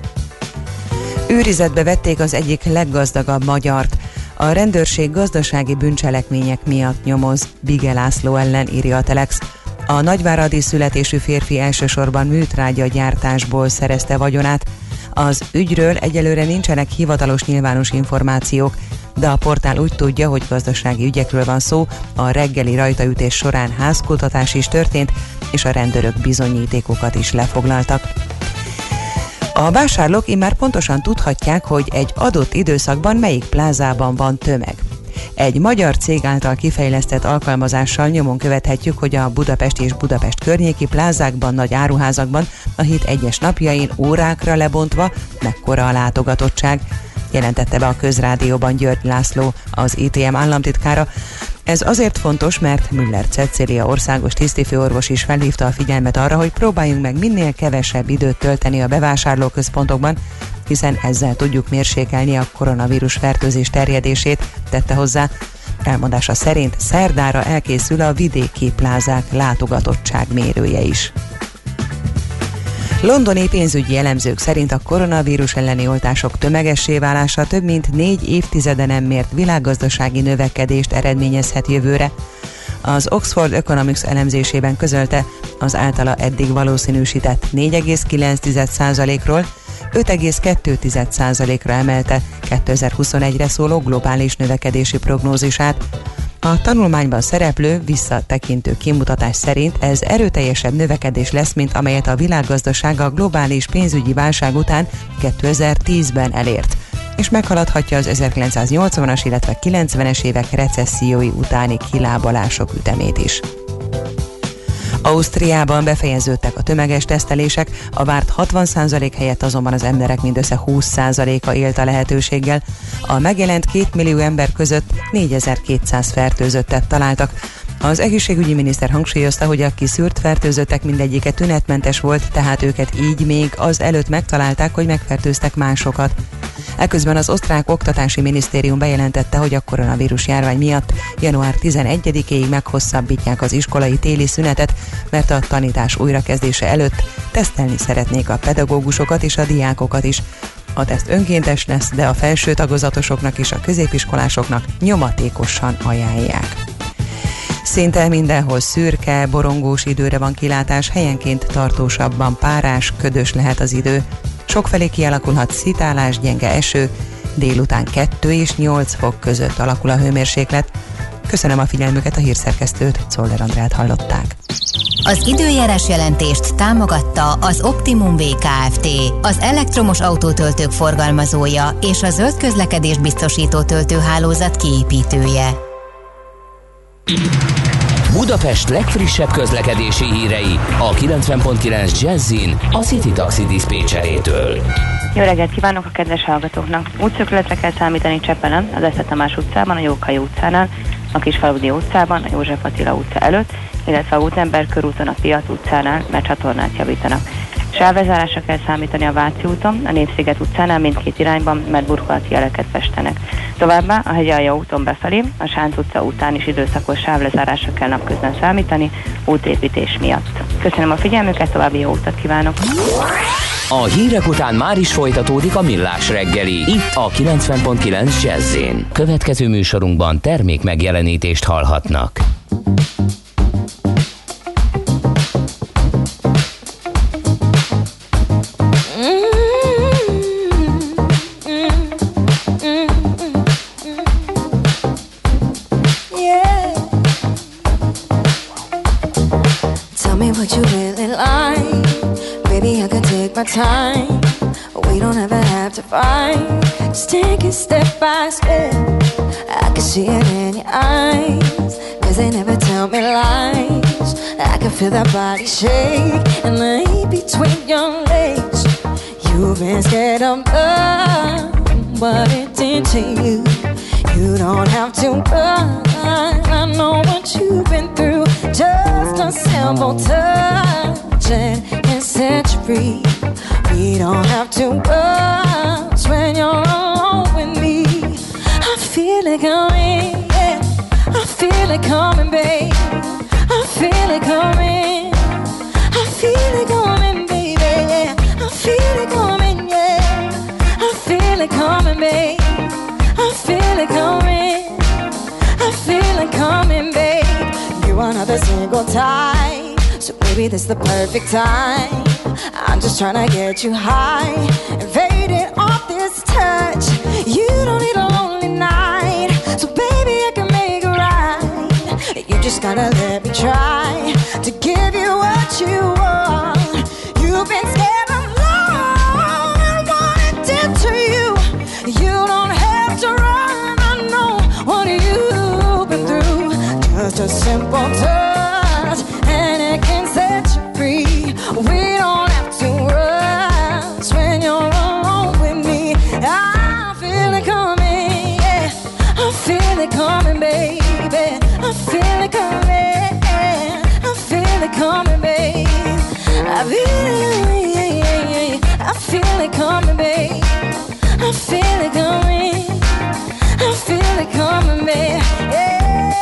Őrizetbe vették az egyik leggazdagabb magyart. A rendőrség gazdasági bűncselekmények miatt nyomoz Bige László ellen, írja a Telex. A nagyváradi születésű férfi elsősorban műtrágyagyártásból szerezte vagyonát. Az ügyről egyelőre nincsenek hivatalos nyilvános információk. de a portál úgy tudja, hogy gazdasági ügyekről van szó, a reggeli rajtaütés során házkutatás is történt, és a rendőrök bizonyítékokat is lefoglaltak. A vásárlók immár pontosan tudhatják, hogy egy adott időszakban melyik plázában van tömeg. Egy magyar cég által kifejlesztett alkalmazással nyomon követhetjük, hogy a Budapest és Budapest környéki plázákban, nagy áruházakban a hét egyes napjain órákra lebontva mekkora a látogatottság, jelentette be a Közrádióban György László, az ITM államtitkára. Ez azért fontos, mert Müller Cecília országos tisztifőorvos is felhívta a figyelmet arra, hogy próbáljunk meg minél kevesebb időt tölteni a bevásárlóközpontokban, hiszen ezzel tudjuk mérsékelni a koronavírus fertőzés terjedését, tette hozzá. Elmondása szerint szerdára elkészül a vidéki plázák látogatottság mérője is. Londoni pénzügyi elemzők szerint a koronavírus elleni oltások tömegessé válása több mint 4 évtizede nem mért világgazdasági növekedést eredményezhet jövőre. Az Oxford Economics elemzésében közölte, az általa eddig valószínűsített 4,9%-ról 5,2%-ra emelte 2021-re szóló globális növekedési prognózisát. A tanulmányban szereplő, visszatekintő kimutatás szerint ez erőteljesebb növekedés lesz, mint amelyet a világgazdaság a globális pénzügyi válság után 2010-ben elért, és meghaladhatja az 1980-as, illetve 90-es évek recessziói utáni kilábalások ütemét is. Ausztriában befejeződtek a tömeges tesztelések, a várt 60% helyett azonban az emberek mindössze 20%-a élt a lehetőséggel. A megjelent 2 millió ember között 4200 fertőzöttet találtak. Az egészségügyi miniszter hangsúlyozta, hogy a kiszűrt fertőzöttek mindegyike tünetmentes volt, tehát őket így még az előtt megtalálták, hogy megfertőztek másokat. Eközben az osztrák oktatási minisztérium bejelentette, hogy a koronavírus járvány miatt január 11-éig meghosszabbítják az iskolai téli szünetet, mert a tanítás újrakezdése előtt tesztelni szeretnék a pedagógusokat és a diákokat is. A teszt önkéntes lesz, de a felső tagozatosoknak és a középiskolásoknak nyomatékosan ajánlják. Szinte mindenhol szürke, borongós időre van kilátás, helyenként tartósabban párás, ködös lehet az idő. Sokfelé kialakulhat szitálás, gyenge eső, délután 2 és 8 fok között alakul a hőmérséklet. Köszönöm a figyelmüket, a hírszerkesztőt, Czoller Andrát hallották. Az időjárás jelentést támogatta az Optimum Kft., az elektromos autótöltők forgalmazója és a zöld közlekedést biztosító töltőhálózat kiépítője. Budapest legfrissebb közlekedési hírei a 90.9 Jazzin a City Taxi diszpécserétől. Jó reggelt kívánok a kedves hallgatóknak! Útszökületre kell számítani Csepelen, az Eszter Tamás utcában, a Jókai utcánál, a Kisfaludy utcában, a József Attila utca előtt, illetve a Gutenberg körúton, a Piac utcánál, mert csatornát javítanak. Sávlezárásra kell számítani a Váci úton, a Népsziget utcánál mindkét irányban, mert burkolati jeleket festenek. Továbbá a Hegyalja úton befelé, a Sánc utca után is időszakos sávlezárásra kell napközben számítani, útépítés miatt. Köszönöm a figyelmüket, további jó utat kívánok! A hírek után már is folytatódik a Millás reggeli, itt a 90.9 Jazz-én. Következő műsorunkban termék megjelenítést hallhatnak. My time, we don't ever have to fight. Just take it step by step. I can see it in your eyes, 'cause they never tell me lies. I can feel that body shake and lay between your legs. You've been scared of love, what it did to you. You don't have to run, I know what you've been through. Just a simple touch and set you free. We don't have to rush when you're alone with me. I feel it coming, yeah. I feel it coming, babe. I feel it coming. I feel it coming, baby, yeah. I feel it coming, yeah. I feel it coming, babe. I feel it coming. I feel it coming, babe. You another single time, so maybe this is the perfect time. I'm just trying to get you high and faded off this touch. You don't need a lonely night. just gotta let me try to give you what you want. You've been scared alone and what it did to you. You don't have to run, I know what you've been through. Just a simple touch and it can set you free. We don't have to rush when you're alone with me. I feel it coming, yeah. I feel it coming, baby. I feel it coming, I feel it coming, baby. I feel it coming, baby. I feel it coming, I feel it coming, baby. Yeah.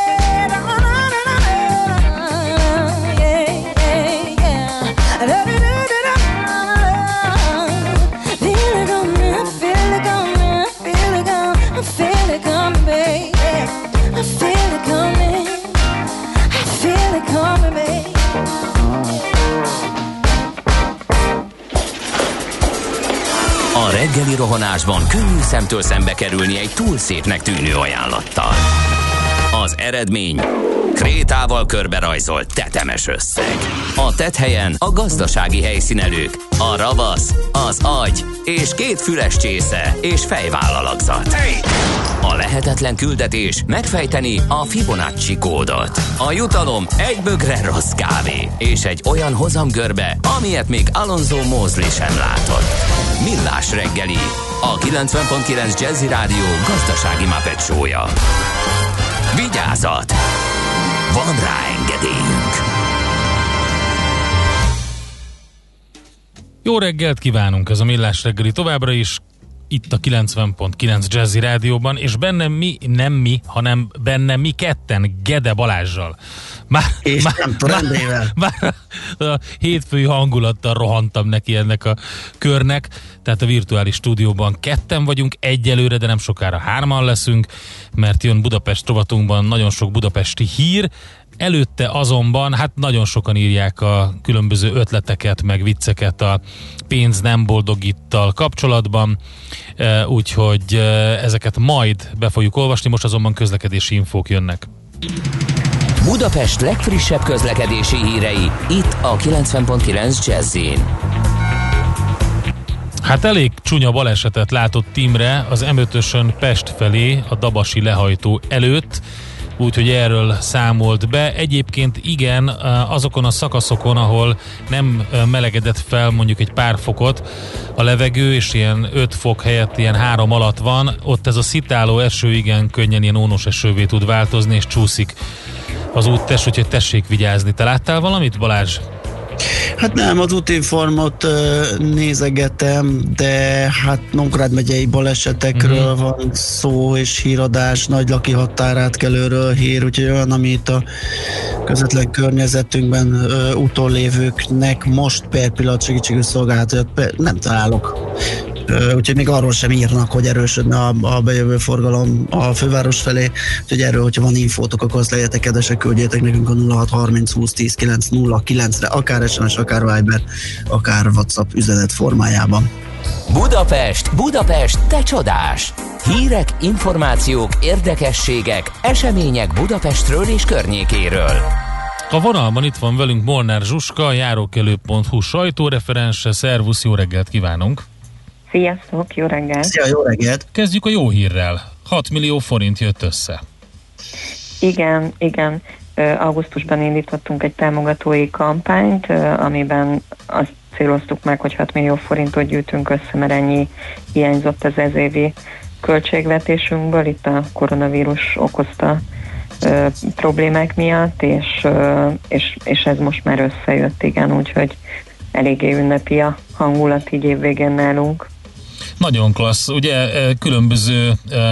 A reggeli rohanásban könnyű szemtől szembe kerülni egy túl szépnek tűnő ajánlattal. Az eredmény krétával körberajzolt tetemes összeg. A tetthelyen a gazdasági helyszínelők, a ravasz, az agy és 2 füles csésze és fejvállalakzat. A lehetetlen küldetés megfejteni a Fibonacci kódot. A jutalom egy bögre rossz kávé és egy olyan hozamgörbe, amilyet még Alonso Mosley sem látott. Millás reggeli, a 90.9 Jazzy Rádió gazdasági Muppet show-ja. Vigyázat! Van rá engedélyünk! Jó reggelt kívánunk, ez a Millás reggeli továbbra is itt a 90.9 Jazzy Rádióban, és bennem mi ketten, Gede Balázsjal. Már a hétfői hangulattal rohantam neki ennek a körnek, tehát a virtuális stúdióban ketten vagyunk egyelőre, de nem sokára 3-an leszünk, mert jön Budapest rovatunkban nagyon sok budapesti hír. Előtte azonban, hát nagyon sokan írják a különböző ötleteket, meg vicceket a pénz nem boldogittal kapcsolatban, úgyhogy ezeket majd be fogjuk olvasni, most azonban közlekedési infók jönnek. Budapest legfrissebb közlekedési hírei, itt a 90.9 Jazzyn. Hát elég csúnya balesetet látott Imre az M5-ösön Pest felé, a Dabasi lehajtó előtt, úgyhogy erről számolt be. Egyébként igen, azokon a szakaszokon, ahol nem melegedett fel mondjuk egy pár fokot a levegő, és ilyen 5 fok helyett ilyen 3 alatt van, ott ez a szitáló eső igen könnyen ilyen ónos esővé tud változni, és csúszik az úttest, úgyhogy tessék vigyázni. Te láttál valamit, Balázs? Hát nem, az útinformot nézegetem, de hát Nógrád megyei balesetekről van szó, és híradás, Nagylaki határátkelőről hír, úgyhogy olyan, ami itt a közvetlen környezetünkben utollévőknek most per pillanat segítségű szolgáltatót nem találok. Úgyhogy még arról sem írnak, hogy erősödne a bejövő forgalom a főváros felé, úgyhogy erről, hogyha van infótok, akkor azt legyetek kedvesek, küldjétek nekünk a 0630 20 10 909-re, akár SMS, akár Viber, akár WhatsApp üzenet formájában. Budapest, te csodás! Hírek, információk, érdekességek, események Budapestről és környékéről. A vonalban itt van velünk Molnár Zsuska, a járókelő.hu sajtóreferense. Szervusz, jó reggelt kívánunk! Sziasztok, jó reggelt! Szia, jó reggelt! Kezdjük a jó hírrel. 6 millió forint jött össze. Igen. Augusztusban indítottunk egy támogatói kampányt, amiben azt céloztuk meg, hogy 6 millió forintot gyűjtünk össze, mert ennyi hiányzott az ezévi költségvetésünkből, itt a koronavírus okozta problémák miatt, és ez most már összejött, igen, úgyhogy eléggé ünnepi a hangulat így évvégén nálunk. Nagyon klassz, ugye különböző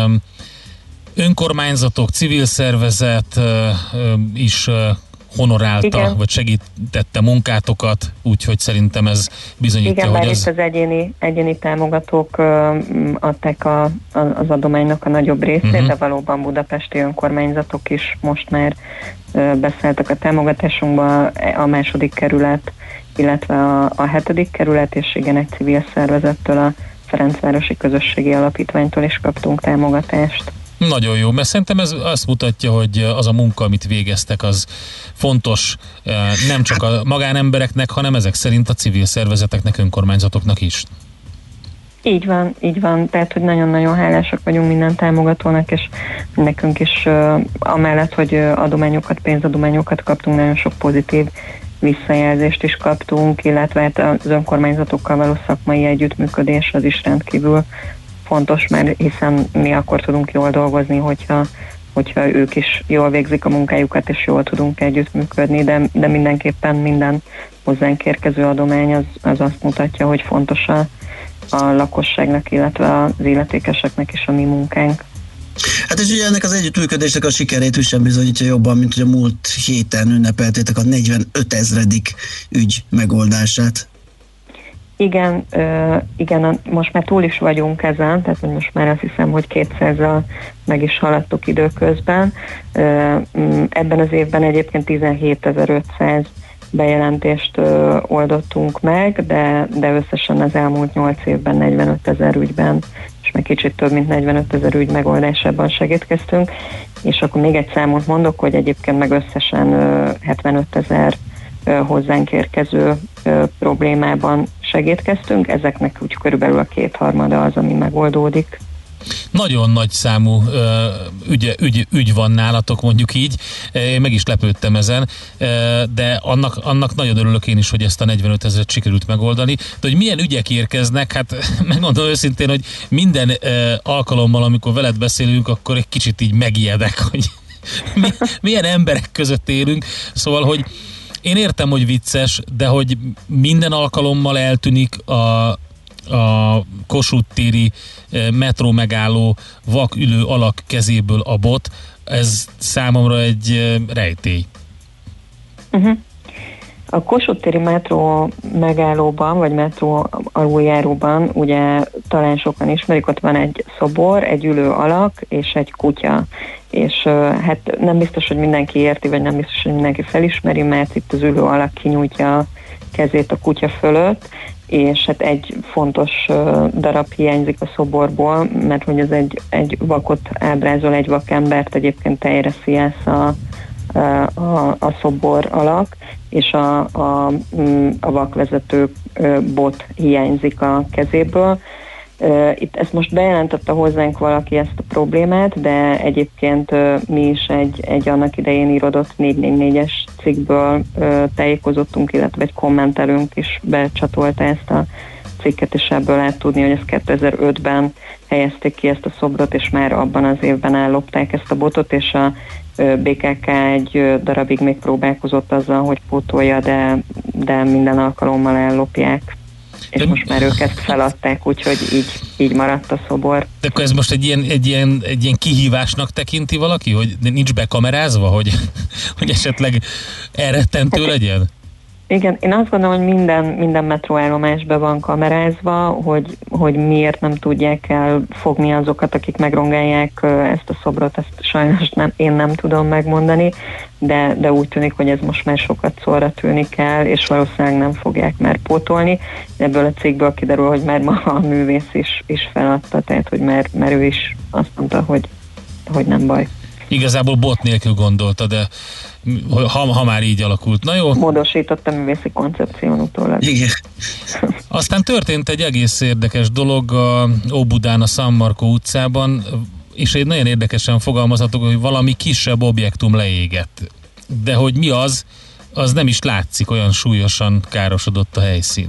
önkormányzatok, civil szervezet is honorálta, igen, vagy segítette munkátokat, úgyhogy szerintem ez bizonyítja, igen, hogy mert itt az egyéni támogatók adták az adománynak a nagyobb részét, de valóban budapesti önkormányzatok is most már beszálltak a támogatásunkba, a második kerület, illetve a 7. kerület, és igen, egy civil szervezettől, a Ferencvárosi Közösségi Alapítványtól is kaptunk támogatást. Nagyon jó, mert szerintem ez azt mutatja, hogy az a munka, amit végeztek, az fontos nem csak a magánembereknek, hanem ezek szerint a civil szervezeteknek, önkormányzatoknak is. Így van, tehát hogy nagyon-nagyon hálásak vagyunk minden támogatónak, és nekünk is amellett, hogy pénzadományokat kaptunk, nagyon sok pozitív visszajelzést is kaptunk, illetve hát az önkormányzatokkal való szakmai együttműködés az is rendkívül fontos, mert hiszen mi akkor tudunk jól dolgozni, hogyha ők is jól végzik a munkájukat, és jól tudunk együttműködni, de mindenképpen minden hozzánk érkező adomány az azt mutatja, hogy fontos a lakosságnak, illetve az illetékeseknek is a mi munkánk. Hát és ugye ennek az együttműködésnek a sikerét is sem bizonyítja jobban, mint hogy a múlt héten ünnepeltétek a 45 000. ügy megoldását. Igen, most már túl is vagyunk ezen, tehát most már azt hiszem, hogy 200-al meg is haladtuk időközben. Ebben az évben egyébként 17.500 bejelentést oldottunk meg, de összesen az elmúlt 8 évben 45 000 ügyben, és meg kicsit több mint 45 000 ügy megoldásában segítkeztünk, és akkor még egy számot mondok, hogy egyébként meg összesen 75 000 hozzánk érkező problémában segítkeztünk, ezeknek úgy körülbelül a 2/3 az, ami megoldódik. Nagyon nagy számú ügy van nálatok, mondjuk így. Én meg is lepődtem ezen, de annak nagyon örülök én is, hogy ezt a 45 000 sikerült megoldani. De hogy milyen ügyek érkeznek, hát megmondom őszintén, hogy minden alkalommal, amikor veled beszélünk, akkor egy kicsit így megijedek, hogy milyen emberek között élünk. Szóval, hogy én értem, hogy vicces, de hogy minden alkalommal eltűnik a Kossuth téri metró megálló vakülő alak kezéből a bot, ez számomra egy rejtély. A Kossuth téri metró megállóban, vagy metró aluljáróban, ugye talán sokan ismerik, ott van egy szobor, egy ülő alak és egy kutya. És hát nem biztos, hogy mindenki érti, vagy nem biztos, hogy mindenki felismeri, mert itt az ülő alak kinyújtja a kezét a kutya fölött, és hát egy fontos darab hiányzik a szoborból, mert hogy ez egy vakot ábrázol, egy vakembert, egyébként teljre szíjász a szobor alak, és a vakvezető bot hiányzik a kezéből. Itt ezt most bejelentette hozzánk valaki ezt a problémát, de egyébként mi is egy annak idején írodott 444-es cikkből tájékozottunk, illetve egy kommentelőnk is becsatolta ezt a cikket, és ebből lehet tudni, hogy ezt 2005-ben helyezték ki ezt a szobrot, és már abban az évben ellopták ezt a botot, és a BKK egy darabig még próbálkozott azzal, hogy pótolja, de minden alkalommal ellopják. És most már ők ezt feladták, úgyhogy így maradt a szobor. De akkor ez most egy ilyen kihívásnak tekinti valaki, hogy nincs bekamerázva, hogy esetleg elrettentő legyen? Igen, én azt gondolom, hogy minden metróállomás be van kamerázva, hogy miért nem tudják elfogni azokat, akik megrongálják ezt a szobrot, ezt sajnos én nem tudom megmondani, de úgy tűnik, hogy ez most már sokat szorra tűnik el, és valószínűleg nem fogják már pótolni. Ebből a cikkből kiderül, hogy már ma a művész is feladta, tehát hogy már ő is azt mondta, hogy nem baj. Igazából bot nélkül gondolta, de ha már így alakult. Na jó. Módosított a művészi koncepción utólag. Igen. Aztán történt egy egész érdekes dolog a Óbudán, a San Marco utcában, és egy nagyon érdekesen fogalmazhatok, hogy valami kisebb objektum leégett. De hogy mi az nem is látszik, olyan súlyosan károsodott a helyszín.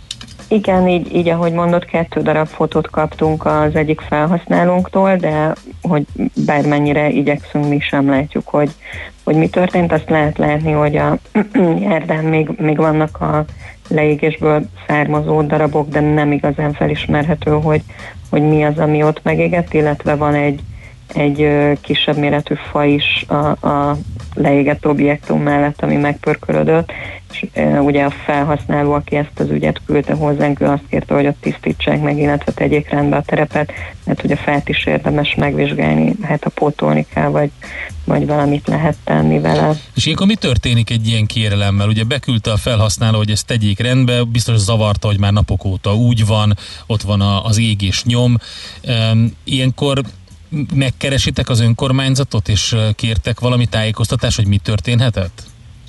Igen, így ahogy mondott, 2 darab fotót kaptunk az egyik felhasználónktól, de hogy bármennyire igyekszünk, mi sem látjuk, hogy mi történt. Azt lehet látni, hogy a járdán még vannak a leégésből származó darabok, de nem igazán felismerhető, hogy mi az, ami ott megégett, illetve van egy kisebb méretű fa is a leégett objektum mellett, ami megpörkölődött, és ugye a felhasználó, aki ezt az ügyet küldte hozzánk, ő azt kérte, hogy ott tisztítsák meg, illetve tegyék rendbe a terepet, mert ugye a fát is érdemes megvizsgálni, hát ha pótolni kell, vagy valamit lehet tenni vele. És ilyenkor mi történik egy ilyen kérelemmel? Ugye beküldte a felhasználó, hogy ezt tegyék rendbe, biztos zavarta, hogy már napok óta úgy van, ott van az égés nyom. Ilyenkor megkeresitek az önkormányzatot, és kértek valami tájékoztatást, hogy mi történhetett?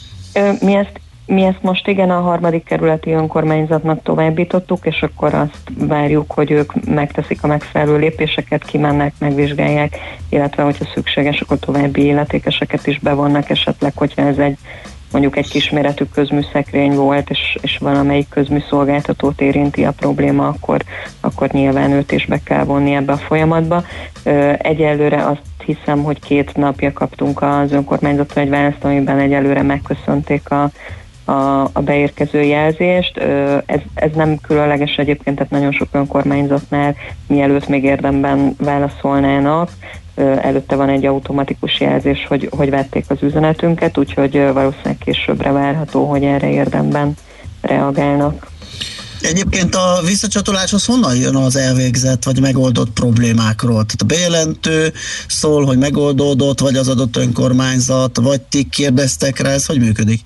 Mi ezt most igen a 3. kerületi önkormányzatnak továbbítottuk, és akkor azt várjuk, hogy ők megteszik a megfelelő lépéseket, kimennek, megvizsgálják, illetve hogyha szükséges, akkor további illetékeseket is bevonnak esetleg, hogyha ez mondjuk egy kisméretű közműszekrény volt, és valamelyik közműszolgáltatót érinti a probléma, akkor nyilván őt is be kell vonni ebbe a folyamatba. Egyelőre azt hiszem, hogy 2 napja kaptunk az önkormányzattól egy választ, amiben egyelőre megköszönték a beérkező jelzést. Ez nem különleges egyébként, tehát nagyon sok önkormányzatnál mielőtt még érdemben válaszolnának, előtte van egy automatikus jelzés, hogy vették az üzenetünket, úgyhogy valószínűleg későbbre várható, hogy erre érdemben reagálnak. Egyébként a visszacsatoláshoz honnan jön az elvégzett vagy megoldott problémákról? Tehát a bejelentő szól, hogy megoldódott, vagy az adott önkormányzat, vagy ti kérdeztek rá, ez hogy működik?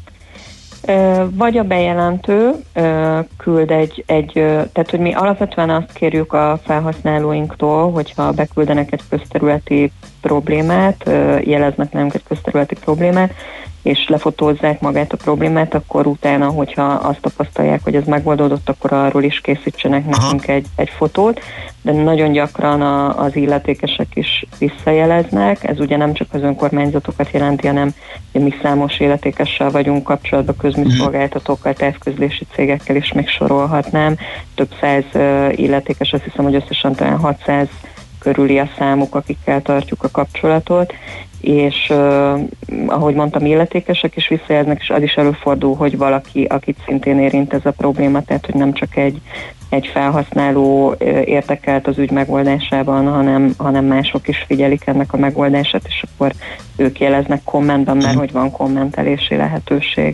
Vagy a bejelentő küld tehát hogy mi alapvetően azt kérjük a felhasználóinktól, hogyha beküldenek egy közterületi problémát, jeleznek nekünk egy közterületi problémát, és lefotózzák magát a problémát, akkor utána, hogyha azt tapasztalják, hogy ez megoldódott, akkor arról is készítsenek nekünk egy fotót, de nagyon gyakran az illetékesek is visszajeleznek. Ez ugye nem csak az önkormányzatokat jelenti, hanem mi számos illetékessel vagyunk kapcsolatban, közműszolgáltatókkal, távközlési cégekkel is még sorolhatnám. Több száz illetékes, azt hiszem, hogy összesen talán 600 körüli a számuk, akikkel tartjuk a kapcsolatot, és ahogy mondtam, illetékesek is visszajelznek, és az is előfordul, hogy valaki, akit szintén érint ez a probléma, tehát hogy nem csak egy felhasználó érdekelt az ügy megoldásában, hanem mások is figyelik ennek a megoldását, és akkor ők jeleznek kommentben, mert hogy van kommentelési lehetőség.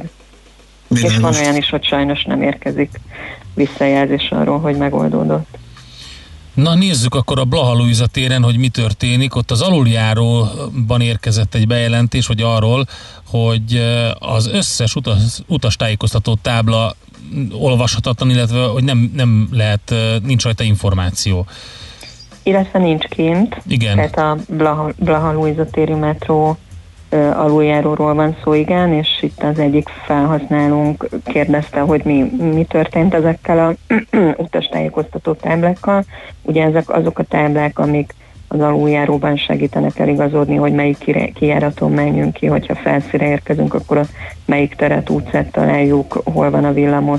És van olyan is, hogy sajnos nem érkezik visszajelzés arról, hogy megoldódott. Na nézzük akkor a Blaha Lujza téren, hogy mi történik. Ott az aluljáróban érkezett egy bejelentés, hogy arról, hogy az összes utastájékoztató tábla olvashatatlan, illetve hogy nem lehet, nincs rajta információ. Illetve nincs kint. Igen. Tehát a Blaha Lujza téri metró aluljáróról van szó, igen, és itt az egyik felhasználónk kérdezte, hogy mi történt ezekkel a utastájékoztató táblákkal. Ugye ezek azok a táblák, amik az aluljáróban segítenek eligazodni, hogy melyik kijáraton menjünk ki, hogyha felszíre érkezünk, akkor a melyik teret, utcát találjuk, hol van a villamos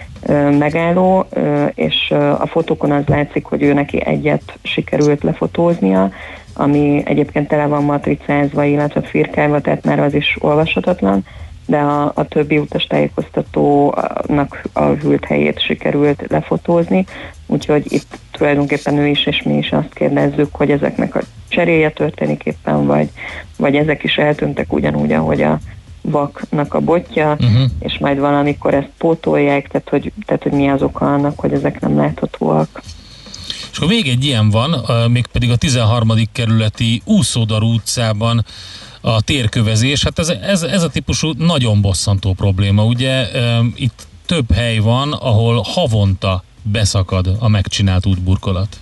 megálló, és a fotókon az látszik, hogy ő neki egyet sikerült lefotóznia, ami egyébként tele van matricázva, illetve firkálva, tehát már az is olvashatatlan, de a többi utastájékoztatónak a hűlt helyét sikerült lefotózni, úgyhogy itt tulajdonképpen ő is és mi is azt kérdezzük, hogy ezeknek a cseréje történik éppen, vagy ezek is eltűntek ugyanúgy, ahogy a vaknak a botja, és majd valamikor ezt pótolják, tehát hogy mi az oka annak, hogy ezek nem láthatóak. És akkor még egy ilyen van, mégpedig a 13. kerületi Úszódar utcában a térkövezés. Hát ez a típusú nagyon bosszantó probléma. Ugye itt több hely van, ahol havonta beszakad a megcsinált útburkolat.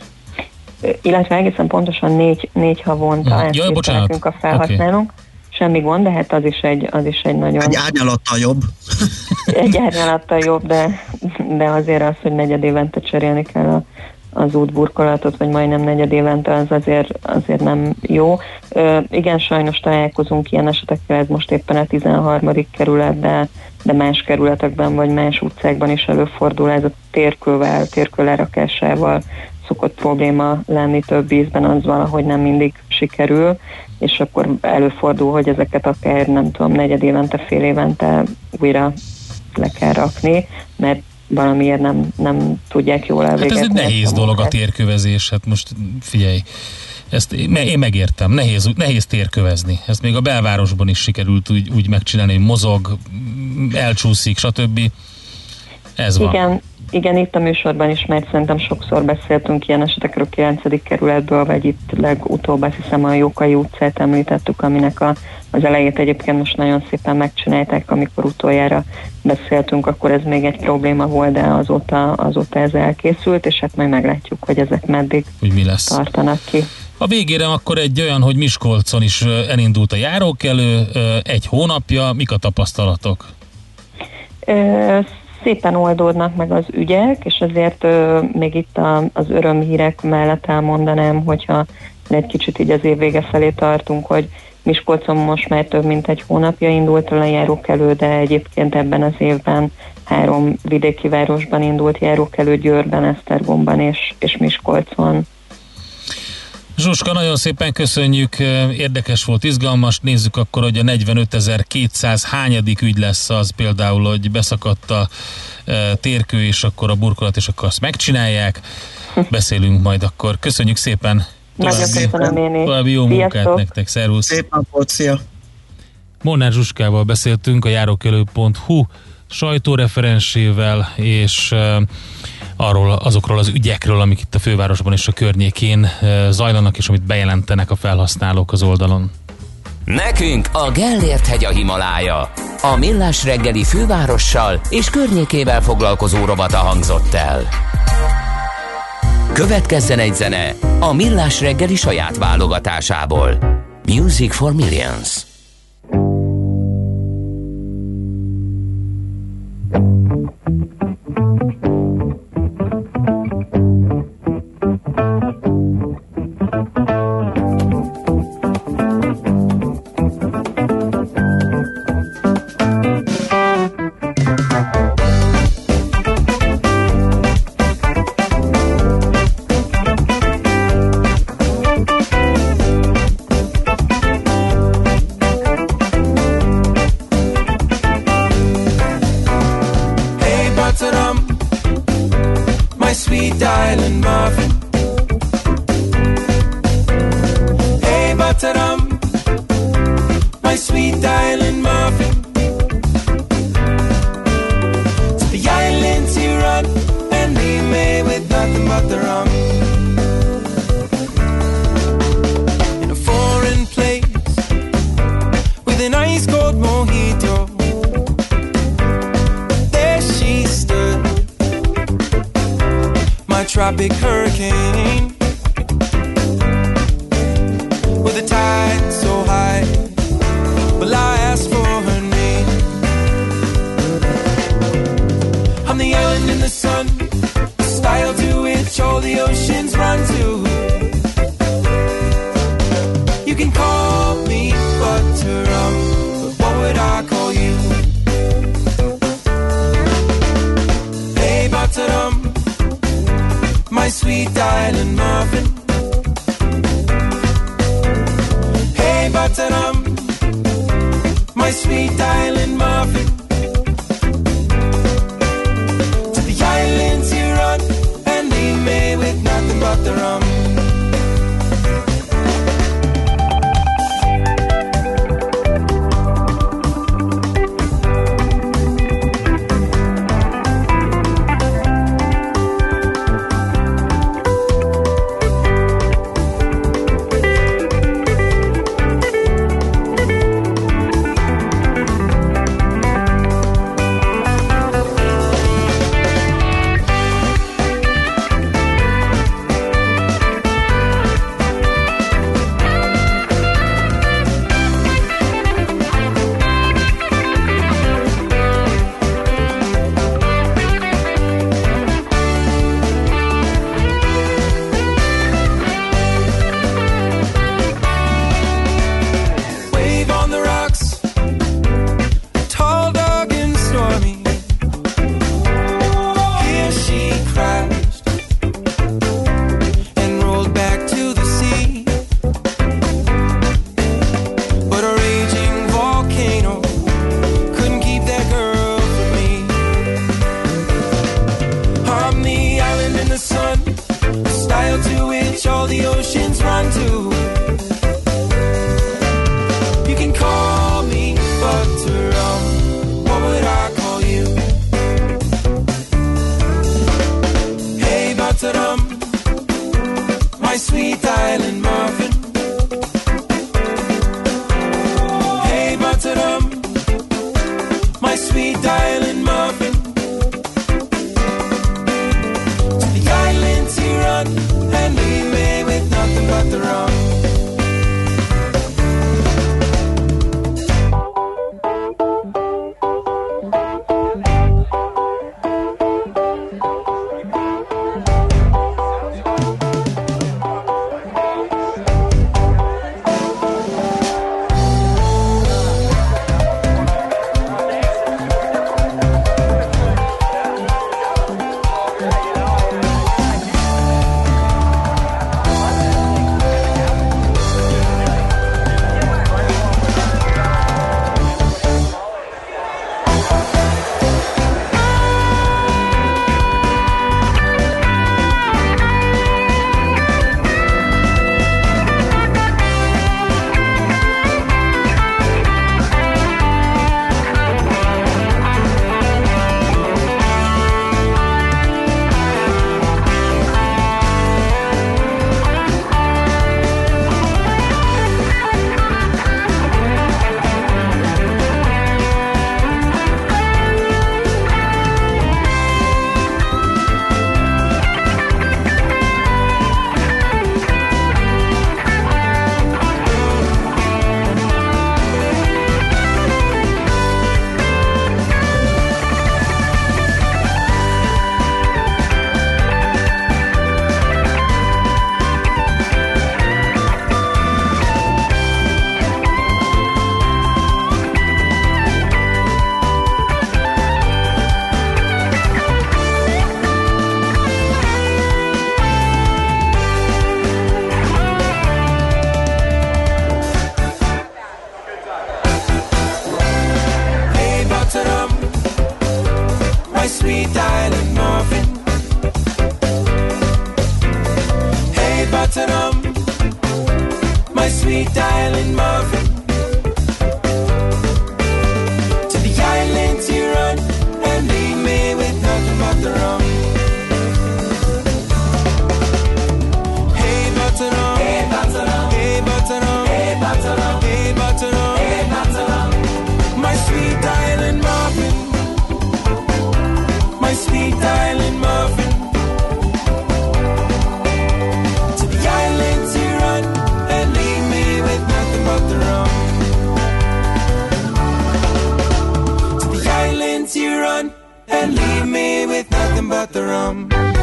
Illetve egészen pontosan négy havonta átírta nekünk a felhasználónk. Okay. Semmi gond, de hát az is egy nagyon... Egy árnyalattal jobb. Egy árnyalattal jobb, de azért az, hogy negyedévente cserélni kell az útburkolatot, vagy majdnem negyedévente, az azért nem jó. Igen, sajnos találkozunk ilyen esetekkel, ez most éppen a 13. kerület, de más kerületekben, vagy más utcákban is előfordul, ez a térkő lerakásával szokott probléma lenni több ízben, az valahogy nem mindig sikerül, és akkor előfordul, hogy ezeket akár, nem tudom, negyedévente, fél évente újra le kell rakni, mert valamiért nem tudják jól elvégezni. Hát ez egy nehéz dolog a térkövezés, hát most figyelj, ezt én megértem, nehéz térkövezni. Ezt még a belvárosban is sikerült úgy megcsinálni, hogy mozog, elcsúszik, stb. Ez van. Igen, itt a műsorban is, mert szerintem sokszor beszéltünk ilyen esetekről 9. kerületből, vagy itt legutóbb azt hiszem a Jókai utcát említettük, aminek az elejét egyébként most nagyon szépen megcsinálták, amikor utoljára beszéltünk, akkor ez még egy probléma volt, de azóta ez elkészült, és hát majd meglátjuk, hogy ezek meddig mi lesz. Tartanak ki. A végére akkor egy olyan, hogy Miskolcon is elindult a járókelő, 1 hónapja, mik a tapasztalatok? Szépen oldódnak meg az ügyek, és azért még itt az örömhírek mellett elmondanám, hogyha egy kicsit így az év vége felé tartunk, hogy Miskolcon most már több mint 1 hónapja indult el a járókelő, de egyébként ebben az évben 3 vidéki városban indult járókelő, Győrben, Esztergomban és Miskolcon. Zsuska, nagyon szépen köszönjük, érdekes volt, izgalmas. Nézzük akkor, hogy a 45.200 hányadik ügy lesz az például, hogy beszakadt a térkő, és akkor a burkolat, és akkor azt megcsinálják. Beszélünk majd akkor. Köszönjük szépen! További jó munkát nektek, szervusz! Szép napot, szia! Molnár Zsuskával beszéltünk, a járókelő.hu sajtóreferensével, és azokról az ügyekről, amik itt a fővárosban és a környékén zajlanak, és amit bejelentenek a felhasználók az oldalon. Nekünk a Gellért-hegy a Himalája. A Millás reggeli fővárossal és környékével foglalkozó rovata hangzott el. Következzen egy zene a Millás reggeli saját válogatásából. Music for Millions. Tropic hurricane with a tide so high. Well, I asked for her name. I'm the island in the sun, a style to which all the oceans run to. You can call me Butterum, but what would I call you? Hey, Butterum, my sweet island muffin. Hey, Butterum, my sweet island muffin. To the islands you run and leave me with nothing but the rum. my sweet island muffin. Hey, button my sweet island muffin. To the islands you run and leave me with nothing but the rum. Hey, button hey, button hey, button hey, button hey, button hey, button my sweet island muffin. My sweet island muffin. To the islands you run and leave me with nothing but the rum. To the islands you run and leave me with nothing but the rum.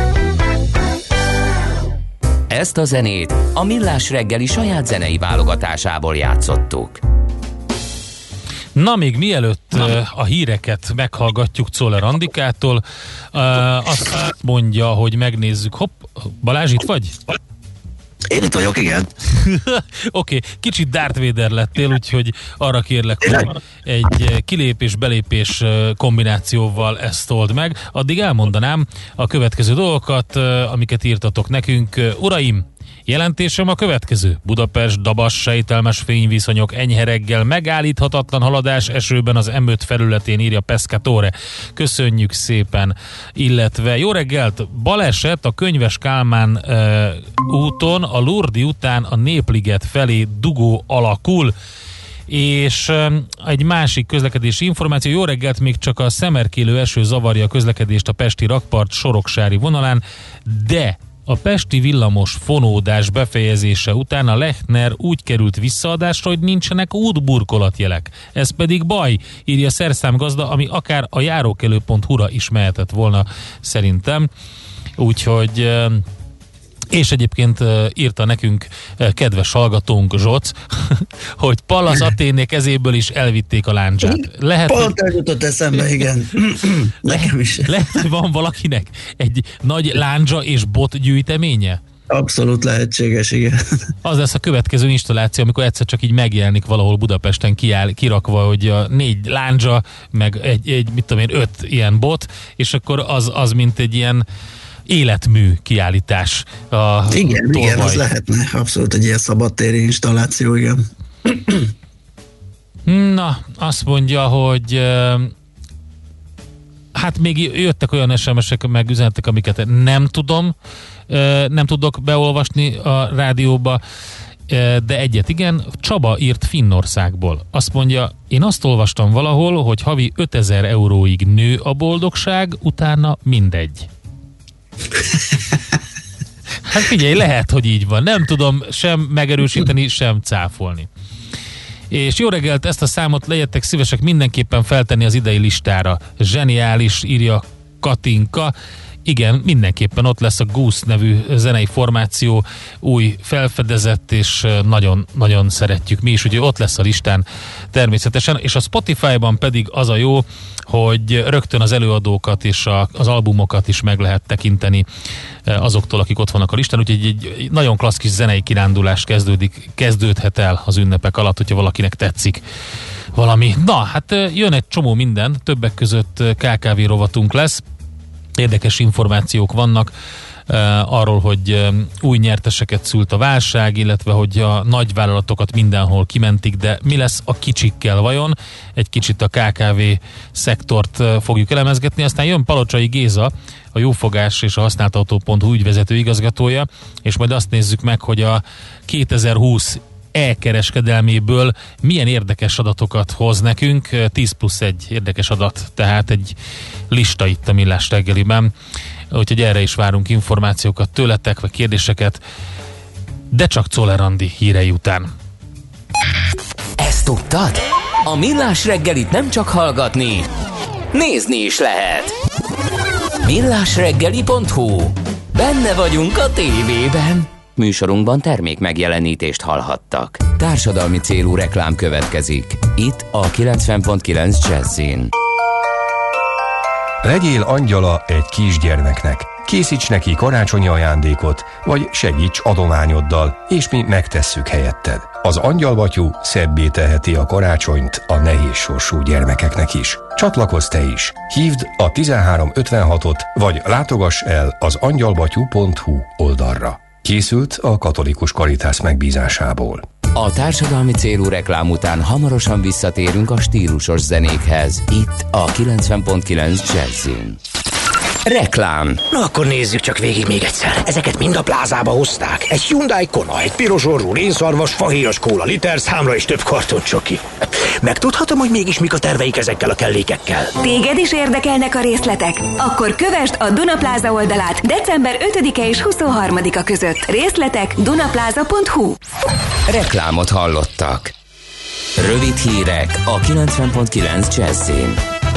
Ezt a zenét a Millás reggeli saját zenei válogatásából játszottuk. Na, még mielőtt a híreket meghallgatjuk Czoller Andikától, azt mondja, hogy megnézzük. Hopp, Balázs, itt vagy? Én itt vagyok, igen. Oké, kicsit Darth Vader lettél, úgyhogy arra kérlek, hogy egy kilépés-belépés kombinációval ezt old meg. Addig elmondanám a következő dolgokat, amiket írtatok nekünk. Uraim, jelentésem a következő. Budapest, Dabas, sejtelmes fényviszonyok, enyhe reggel, megállíthatatlan haladás esőben az M5 felületén, írja Pescatore. Köszönjük szépen. Illetve jó reggelt, baleset a Könyves Kálmán úton, a Lurdi után a Népliget felé dugó alakul. És egy másik közlekedési információ, jó reggelt, még csak a szemerkélő eső zavarja a közlekedést a pesti rakpart Soroksári vonalán, de a pesti villamos fonódás befejezése után a Lechner úgy került visszaadásra, hogy nincsenek útburkolatjelek. Ez pedig baj, írja szerszámgazda, ami akár a járókelő.hu-ra is mehetett volna szerintem. Úgyhogy... És egyébként írta nekünk kedves hallgatónk Zsoc, hogy Pallas Athéné kezéből is elvitték a láncsát. Pont eljutott eszembe, igen. Nekem is. Lehet, hogy van valakinek egy nagy láncsa és bot gyűjteménye? Abszolút lehetséges, igen. Az lesz a következő installáció, amikor egyszer csak így megjelenik valahol Budapesten kirakva, hogy a 4 láncsa, meg egy mit tudom én, 5 ilyen bot, és akkor az mint egy ilyen életmű kiállítás. Igen, az lehetne. Abszolút egy ilyen szabadtéri installáció, igen. Na, azt mondja, hogy hát még jöttek olyan SMS-ek, meg üzenetek, amiket nem tudok beolvasni a rádióba, de egyet igen. Csaba írt Finnországból. Azt mondja, én azt olvastam valahol, hogy havi 5000 euróig nő a boldogság, utána mindegy. Hát figyelj, lehet, hogy így van. Nem tudom sem megerősíteni, sem cáfolni. És jó reggelt, ezt a számot legyetek szívesek mindenképpen feltenni az idei listára. Zseniális, írja Katinka. Igen, mindenképpen ott lesz a Goose nevű zenei formáció, új felfedezett, és nagyon szeretjük mi is, úgyhogy ott lesz a listán természetesen, és a Spotify-ban pedig az a jó, hogy rögtön az előadókat és az albumokat is meg lehet tekinteni azoktól, akik ott vannak a listán, úgyhogy egy nagyon klassz kis zenei kirándulás kezdődhet el az ünnepek alatt, hogyha valakinek tetszik valami. Na, hát jön egy csomó minden, többek között KKV rovatunk lesz. Érdekes információk vannak arról, hogy új nyerteseket szült a válság, illetve hogy a nagyvállalatokat mindenhol kimentik, de mi lesz a kicsikkel vajon? Egy kicsit a KKV szektort fogjuk elemezgetni, aztán jön Palocsai Géza, a Jófogás és a használtautó.hu ügyvezető igazgatója, és majd azt nézzük meg, hogy a 2020 e-kereskedelméből milyen érdekes adatokat hoz nekünk, 10+1 érdekes adat, tehát egy lista itt a Millás reggeliben, úgyhogy erre is várunk információkat tőletek, vagy kérdéseket, de csak Czoller Andi hírei után. Ezt tudtad? A Millás reggelit nem csak hallgatni, nézni is lehet. millásreggeli.hu. Benne vagyunk a tévében. Műsorunkban termék megjelenítést hallhattak. Társadalmi célú reklám következik. Itt a 90.9 Jazzin. Legyél angyala egy kisgyermeknek. Készíts neki karácsonyi ajándékot, vagy segíts adományoddal, és mi megtesszük helyetted. Az angyalbatyú szebbé teheti a karácsonyt a nehéz sorsú gyermekeknek is. Csatlakozz te is! Hívd a 1356-ot, vagy látogass el az angyalbatyú.hu oldalra. Készült a Katolikus Karitász megbízásából. A társadalmi célú reklám után hamarosan visszatérünk a stílusos zenékhez. Itt a 90.9 Jazzin. Reklám. Na akkor nézzük csak végig még egyszer. Ezeket mind a plázába hozták. Egy Hyundai Kona, egy piros orrú rénszarvas, fahéjas kóla liter, számla és több kartoncsoki. Megtudhatom, hogy mégis mik a terveik ezekkel a kellékekkel. Téged is érdekelnek a részletek? Akkor kövesd a Duna Plaza oldalát december 5-e és 23-a között. Részletek dunaplaza.hu. Reklámot hallottak. Rövid hírek a 90.9 Jazzin.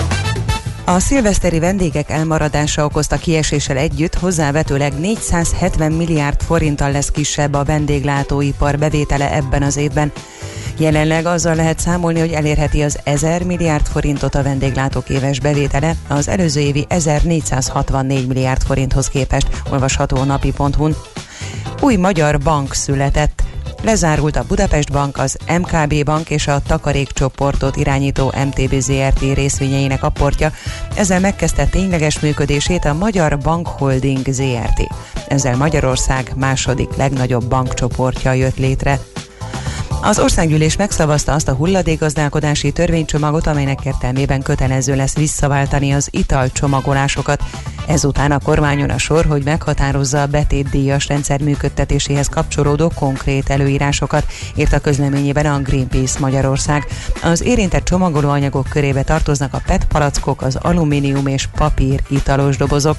A szilveszteri vendégek elmaradása okozta kieséssel együtt hozzávetőleg 470 milliárd forinttal lesz kisebb a vendéglátóipar bevétele ebben az évben. Jelenleg azzal lehet számolni, hogy elérheti az 1000 milliárd forintot a vendéglátók éves bevétele, az előző évi 1464 milliárd forinthoz képest, olvasható a napi.hu-n. Új magyar bank született. Lezárult a Budapest Bank, az MKB Bank és a Takarékcsoportot irányító MTB Zrt. Részvényeinek apportja. Ezzel megkezdte tényleges működését a Magyar Bank Holding Zrt. Ezzel Magyarország második legnagyobb bankcsoportja jött létre. Az országgyűlés megszavazta azt a hulladékgazdálkodási törvénycsomagot, amelynek értelmében kötelező lesz visszaváltani az italcsomagolásokat. Ezután a kormányon a sor, hogy meghatározza a betétdíjas rendszer működtetéséhez kapcsolódó konkrét előírásokat, írt a közleményében a Greenpeace Magyarország. Az érintett csomagolóanyagok körébe tartoznak a PET palackok, az alumínium és papír italos dobozok.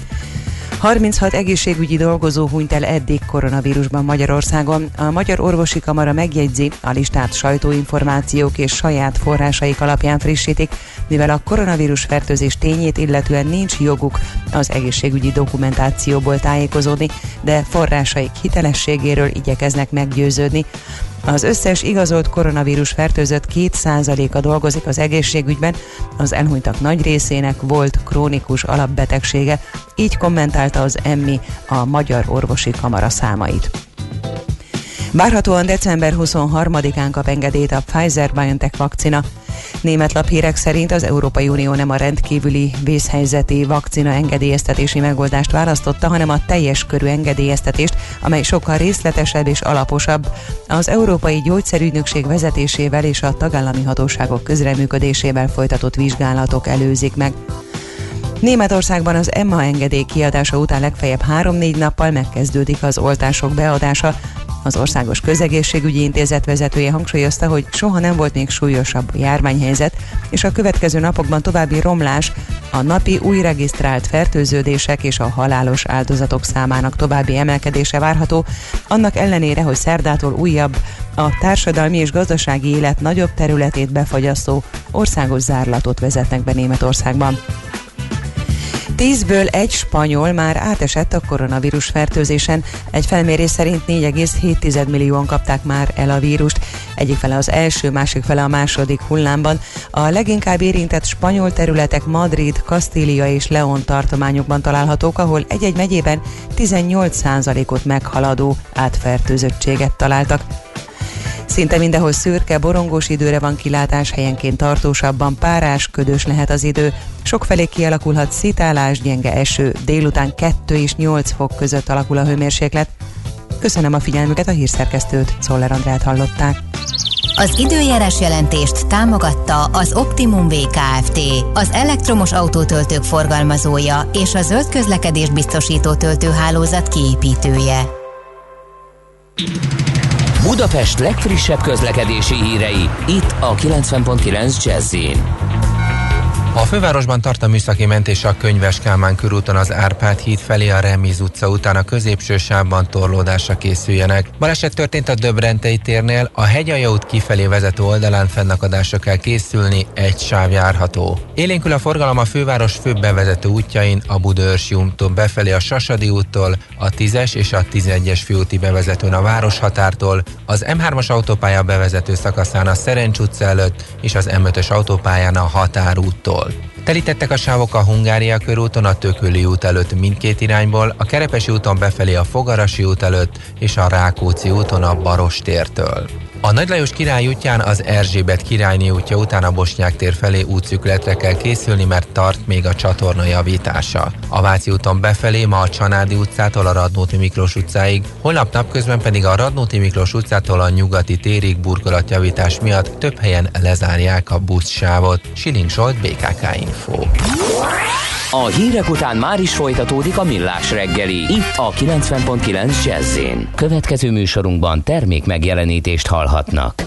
36 egészségügyi dolgozó hunyt el eddig koronavírusban Magyarországon. A Magyar Orvosi Kamara megjegyzi, a listát sajtóinformációk és saját forrásaik alapján frissítik, mivel a koronavírus fertőzés tényét illetően nincs joguk az egészségügyi dokumentációból tájékozódni, de forrásaik hitelességéről igyekeznek meggyőződni. Az összes igazolt koronavírus fertőzött 2%-a dolgozik az egészségügyben, az elhunytak nagy részének volt krónikus alapbetegsége, így kommentálta az EMMI a Magyar Orvosi Kamara számait. Várhatóan december 23-án kap engedélyt a Pfizer-BioNTech vakcina. Német laphírek szerint az Európai Unió nem a rendkívüli vészhelyzeti vakcina engedélyeztetési megoldást választotta, hanem a teljes körű engedélyeztetést, amely sokkal részletesebb és alaposabb. Az Európai Gyógyszerügynökség vezetésével és a tagállami hatóságok közreműködésével folytatott vizsgálatok előzik meg. Németországban az EMA engedély kiadása után legfeljebb 3-4 nappal megkezdődik az oltások beadása. Az Országos Közegészségügyi Intézet vezetője hangsúlyozta, hogy soha nem volt még súlyosabb járványhelyzet, és a következő napokban további romlás, a napi új regisztrált fertőződések és a halálos áldozatok számának további emelkedése várható, annak ellenére, hogy szerdától újabb, a társadalmi és gazdasági élet nagyobb területét befagyasztó országos zárlatot vezetnek be Németországban. 10-ből egy spanyol már átesett a koronavírus fertőzésen. Egy felmérés szerint 4,7 millióan kapták már el a vírust. Egyik fele az első, másik fele a második hullámban. A leginkább érintett spanyol területek Madrid, Kastília és León tartományokban találhatók, ahol egy-egy megyében 18%-ot meghaladó átfertőzöttséget találtak. Szinte mindenhol szürke, borongós időre van kilátás, helyenként tartósabban párás, ködös lehet az idő. Sokfelé kialakulhat szitálás, gyenge eső, délután 2 és 8 fok között alakul a hőmérséklet. Köszönöm a figyelmüket, a hírszerkesztőt, Szoller Andrát hallották. Az időjárás jelentést támogatta az Optimum Kft., az elektromos autótöltők forgalmazója és a zöld közlekedés biztosító töltőhálózat kiépítője. Budapest legfrissebb közlekedési hírei, itt a 90.9 Jazzin. A fővárosban tart a műszaki mentés a Könyves Kálmán körúton az Árpád híd felé a Reméz utca után, a középső sávban torlódásra készüljenek. Baleset történt a Döbrentei térnél, a Hegyalja út kifelé vezető oldalán fennakadásra kell készülni, egy sáv járható. Élénkül a forgalom a főváros főbb bevezető útjain, a Budaörsi úttól befelé a Sasadi úttól, a 10-es és a 11-es főúti bevezetőn a városhatártól, az M3-as autópálya bevezető szakaszán a Szerencs utca előtt és az M5-ös autópályán a Határúttól. Telítettek a sávok a Hungária körúton, a Tököli út előtt mindkét irányból, a Kerepesi úton befelé a Fogarasi út előtt és a Rákóczi úton a Barostértől. A Nagy Lajos Király útján az Erzsébet királyné útja után a Bosnyák tér felé útszűkületre kell készülni, mert tart még a csatorna javítása. A Váci úton befelé ma a Csanádi utcától a Radnóti Miklós utcáig, holnap napközben pedig a Radnóti Miklós utcától a Nyugati térig burkolatjavítás miatt több helyen lezárják a buszsávot. Siling Zsolt, BKK Info. A hírek után már is folytatódik a Millás reggeli, itt a 90.9 Jazz-én. Következő műsorunkban termék megjelenítést hallhatnak.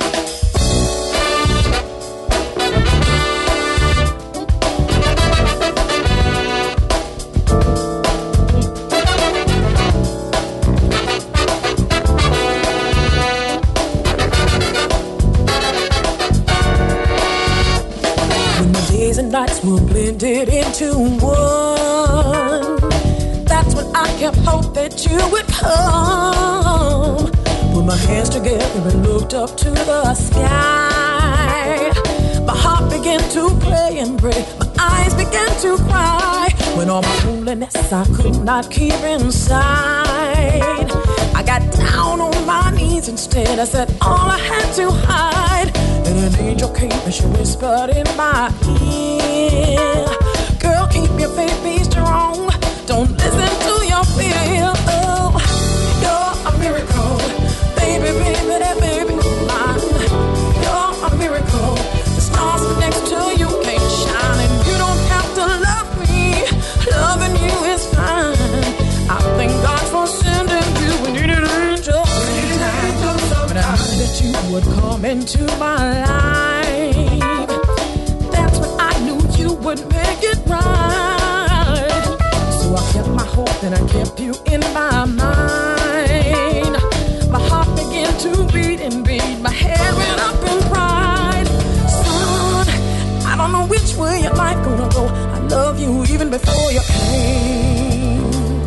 Nights were blended into one. That's when I kept hope that you would come. Put my hands together and looked up to the sky. My heart began to pray and pray. My eyes began to cry. When all my loneliness I could not keep inside, I got down on my knees instead. I said all I had to hide. And an angel came and she whispered in my ear, girl, keep your faith, be strong. Don't listen to your fear. Oh, you're a miracle. Baby, baby, that baby mine. You're a miracle. The stars are next to you can't shine. And you don't have to love me. Loving you is fine. I thank God for sending you when you need an angel. But I knew that you would come into my life. That's when I knew you would make it right. So I kept my hope and I kept you in my mind. My heart began to beat and beat. My head went up in pride. Son, I don't know which way your life gonna go. I love you even before you came.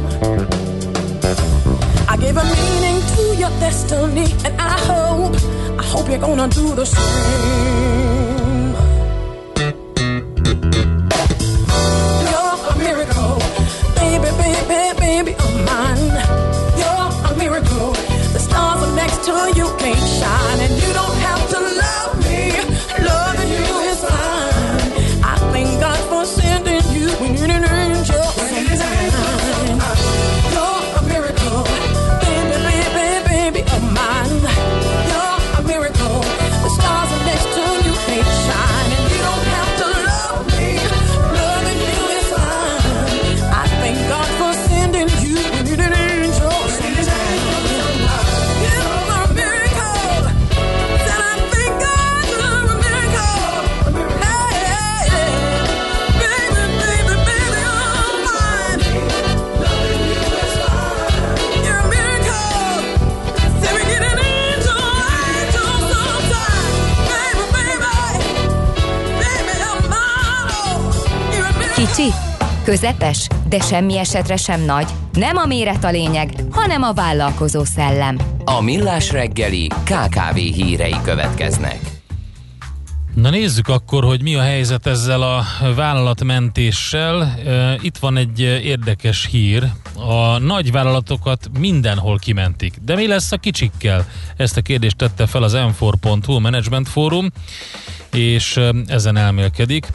I gave a meaning to your destiny, and I hope you're gonna do the same. You're a miracle, baby, baby, baby of mine. You're a miracle. The stars are next to you can't shine, and you don't have to love me. Loving you is fine. I thank God for sending you when you're an angel. Kicsi, közepes, de semmi esetre sem nagy. Nem a méret a lényeg, hanem a vállalkozó szellem. A Millás reggeli KKV hírei következnek. Na nézzük akkor, hogy mi a helyzet ezzel a vállalatmentéssel. Itt van egy érdekes hír. A nagy vállalatokat mindenhol kimentik. De mi lesz a kicsikkel? Ezt a kérdést tette fel az m4.hu Management Forum, és ezen elmélkedik.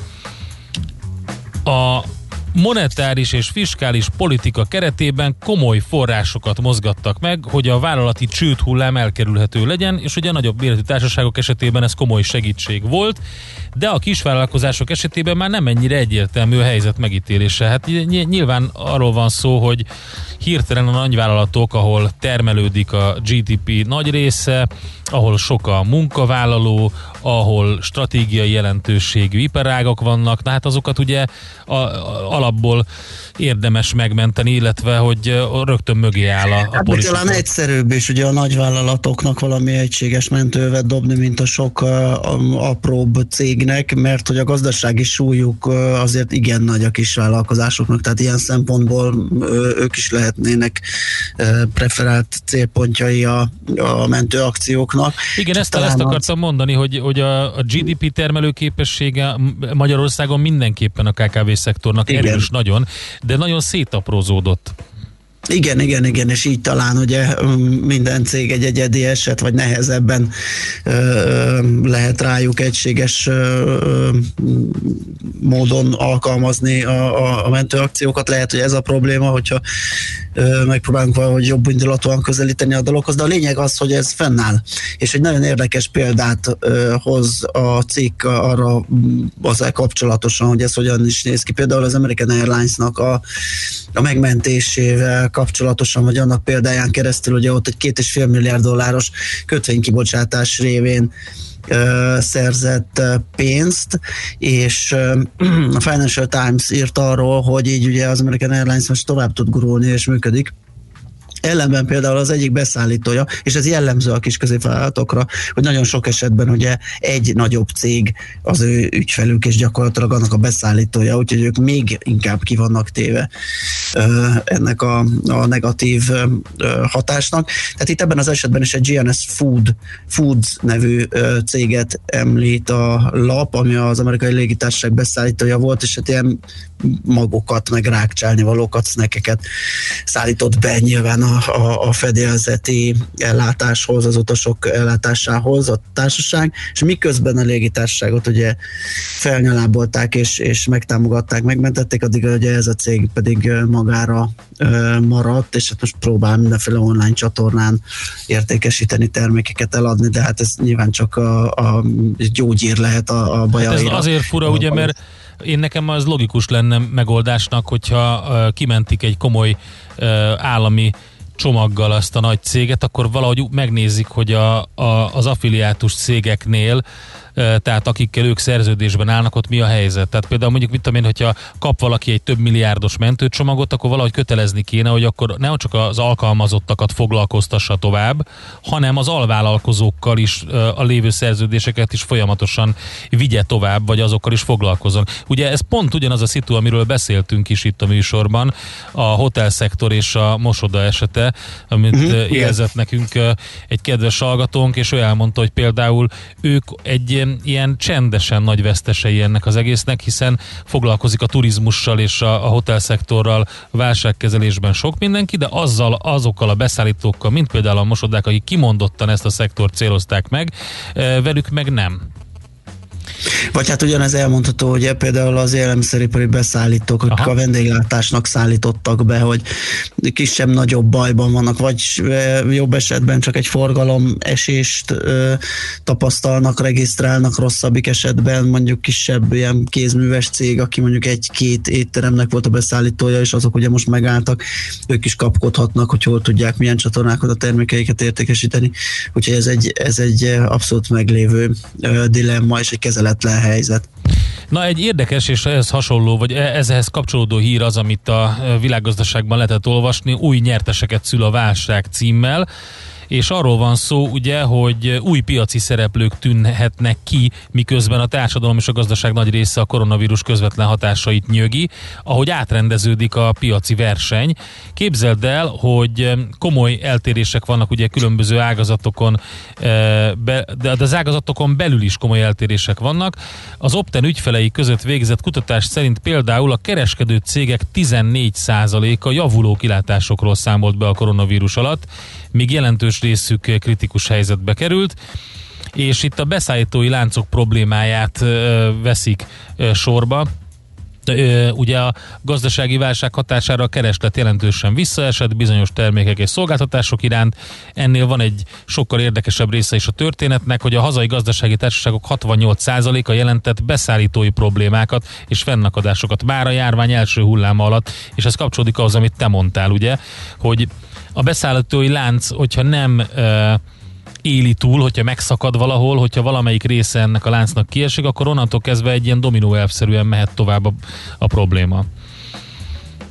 A monetáris és fiskális politika keretében komoly forrásokat mozgattak meg, hogy a vállalati csődhullám elkerülhető legyen, és ugye a nagyobb méretű társaságok esetében ez komoly segítség volt, de a kisvállalkozások esetében már nem ennyire egyértelmű a helyzet megítélése. Hát nyilván arról van szó, hogy hirtelen a nagyvállalatok, ahol termelődik a GDP nagy része, ahol sok a munkavállaló, ahol stratégiai jelentőségű iparágak vannak, na hát azokat ugye alapból érdemes megmenteni, illetve hogy rögtön mögé áll a politika. Talán egyszerűbb is ugye a nagyvállalatoknak valami egységes mentővet dobni, mint a sok apróbb cégnek, mert hogy a gazdasági súlyuk azért igen nagy a kisvállalkozásoknak, tehát ilyen szempontból ők is lehetnének preferált célpontjai a mentőakcióknak. Igen, ezt akartam mondani, hogy a GDP termelőképessége Magyarországon mindenképpen a KKV szektornak erős nagyon, de nagyon szétaprózódott. Igen, és így talán ugye minden cég egy egyedi eset, vagy nehezebben lehet rájuk egységes módon alkalmazni a mentőakciókat. Lehet, hogy ez a probléma, hogyha megpróbálunk valahogy jobb indulatúan közelíteni a dologhoz, de a lényeg az, hogy ez fennáll. És egy nagyon érdekes példát hoz a cikk arra azzal kapcsolatosan, hogy ez hogyan is néz ki. Például az American Airlines-nak a megmentésével kapcsolatosan, vagy annak példáján keresztül, ugye ott egy $2,5 milliárd kötvénykibocsátás révén szerzett pénzt, és a Financial Times írt arról, hogy így ugye az American Airlines most tovább tud gurulni és működik. Ellenben például az egyik beszállítója, és ez jellemző a kis középvállalatokra, hogy nagyon sok esetben ugye egy nagyobb cég az ő ügyfelük, és gyakorlatilag annak a beszállítója, úgyhogy ők még inkább ki vannak téve ennek a negatív hatásnak. Tehát itt ebben az esetben is egy GNS Foods nevű céget említ a lap, ami az amerikai légitársaság beszállítója volt, és hát ilyen magokat, meg rákcsálnivalókat, snackeket szállított be nyilván a fedélzeti ellátáshoz, az utasok ellátásához a társaság, és miközben a légitársaságot ugye felnyalábolták és megtámogatták, megmentették, addig ugye ez a cég pedig magára maradt, és hát most próbál mindenféle online csatornán értékesíteni termékeket eladni, de hát ez nyilván csak a gyógyír lehet a bajaira. Hát ez azért fura, ugye, mert nekem az logikus lenne megoldásnak, hogyha kimentik egy komoly állami csomaggal azt a nagy céget, akkor valahogy megnézik, hogy az affiliátus cégeknél, tehát akikkel ők szerződésben állnak, ott mi a helyzet. Tehát például mondjuk, mit tudom én, hogyha kap valaki egy több milliárdos mentőcsomagot, akkor valahogy kötelezni kéne, hogy akkor nem csak az alkalmazottakat foglalkoztassa tovább, hanem az alvállalkozókkal is a lévő szerződéseket is folyamatosan vigye tovább, vagy azokkal is foglalkozzon. Ugye ez pont ugyanaz a szitu, amiről beszéltünk is itt a műsorban, a hotelszektor és a mosoda esete, amit jelzett nekünk egy kedves hallgatónk, és ő elmondta, hogy például ők egy ilyen csendesen nagy vesztesei ennek az egésznek, hiszen foglalkozik a turizmussal és a hotelszektorral, válságkezelésben sok mindenki, de azokkal a beszállítókkal, mint például a mosodák, akik kimondottan ezt a szektort célozták meg, velük meg nem. Vagy hát ugyanez elmondható, hogy például az élelmiszeripari beszállítók, akik a vendéglátásnak szállítottak be, hogy kisebb-nagyobb bajban vannak, vagy jobb esetben csak egy forgalomesést tapasztalnak, regisztrálnak, rosszabbik esetben mondjuk kisebb ilyen kézműves cég, aki mondjuk egy-két étteremnek volt a beszállítója, és azok ugye most megálltak, ők is kapkodhatnak, hogy hol tudják milyen csatornákon a termékeiket értékesíteni. Úgyhogy ez egy abszolút meglévő dilemma, és egy kezeletlen helyzet. Na, egy érdekes és ehhez hasonló, vagy ezhez kapcsolódó hír az, amit a világgazdaságban lehetett olvasni, új nyerteseket szül a válság címmel, és arról van szó, ugye, hogy új piaci szereplők tűnhetnek ki, miközben a társadalom és a gazdaság nagy része a koronavírus közvetlen hatásait nyögi, ahogy átrendeződik a piaci verseny. Képzeld el, hogy komoly eltérések vannak ugye különböző ágazatokon, de az ágazatokon belül is komoly eltérések vannak. Az Opten ügyfelei között végzett kutatás szerint például a kereskedő cégek 14%-a javuló kilátásokról számolt be a koronavírus alatt, míg jelentős részük kritikus helyzetbe került, és itt a beszállítói láncok problémáját veszik sorba. Ugye a gazdasági válság hatására a kereslet jelentősen visszaesett bizonyos termékek és szolgáltatások iránt. Ennél van egy sokkal érdekesebb része is a történetnek, hogy a hazai gazdasági társaságok 68%-a jelentett beszállítói problémákat és fennakadásokat már a járvány első hulláma alatt, és ez kapcsolódik ahhoz, amit te mondtál, ugye, hogy a beszállítói lánc, hogyha nem éli túl, hogyha megszakad valahol, hogyha valamelyik része ennek a láncnak kiesik, akkor onnantól kezdve egy ilyen dominó elvszerűen mehet tovább a probléma.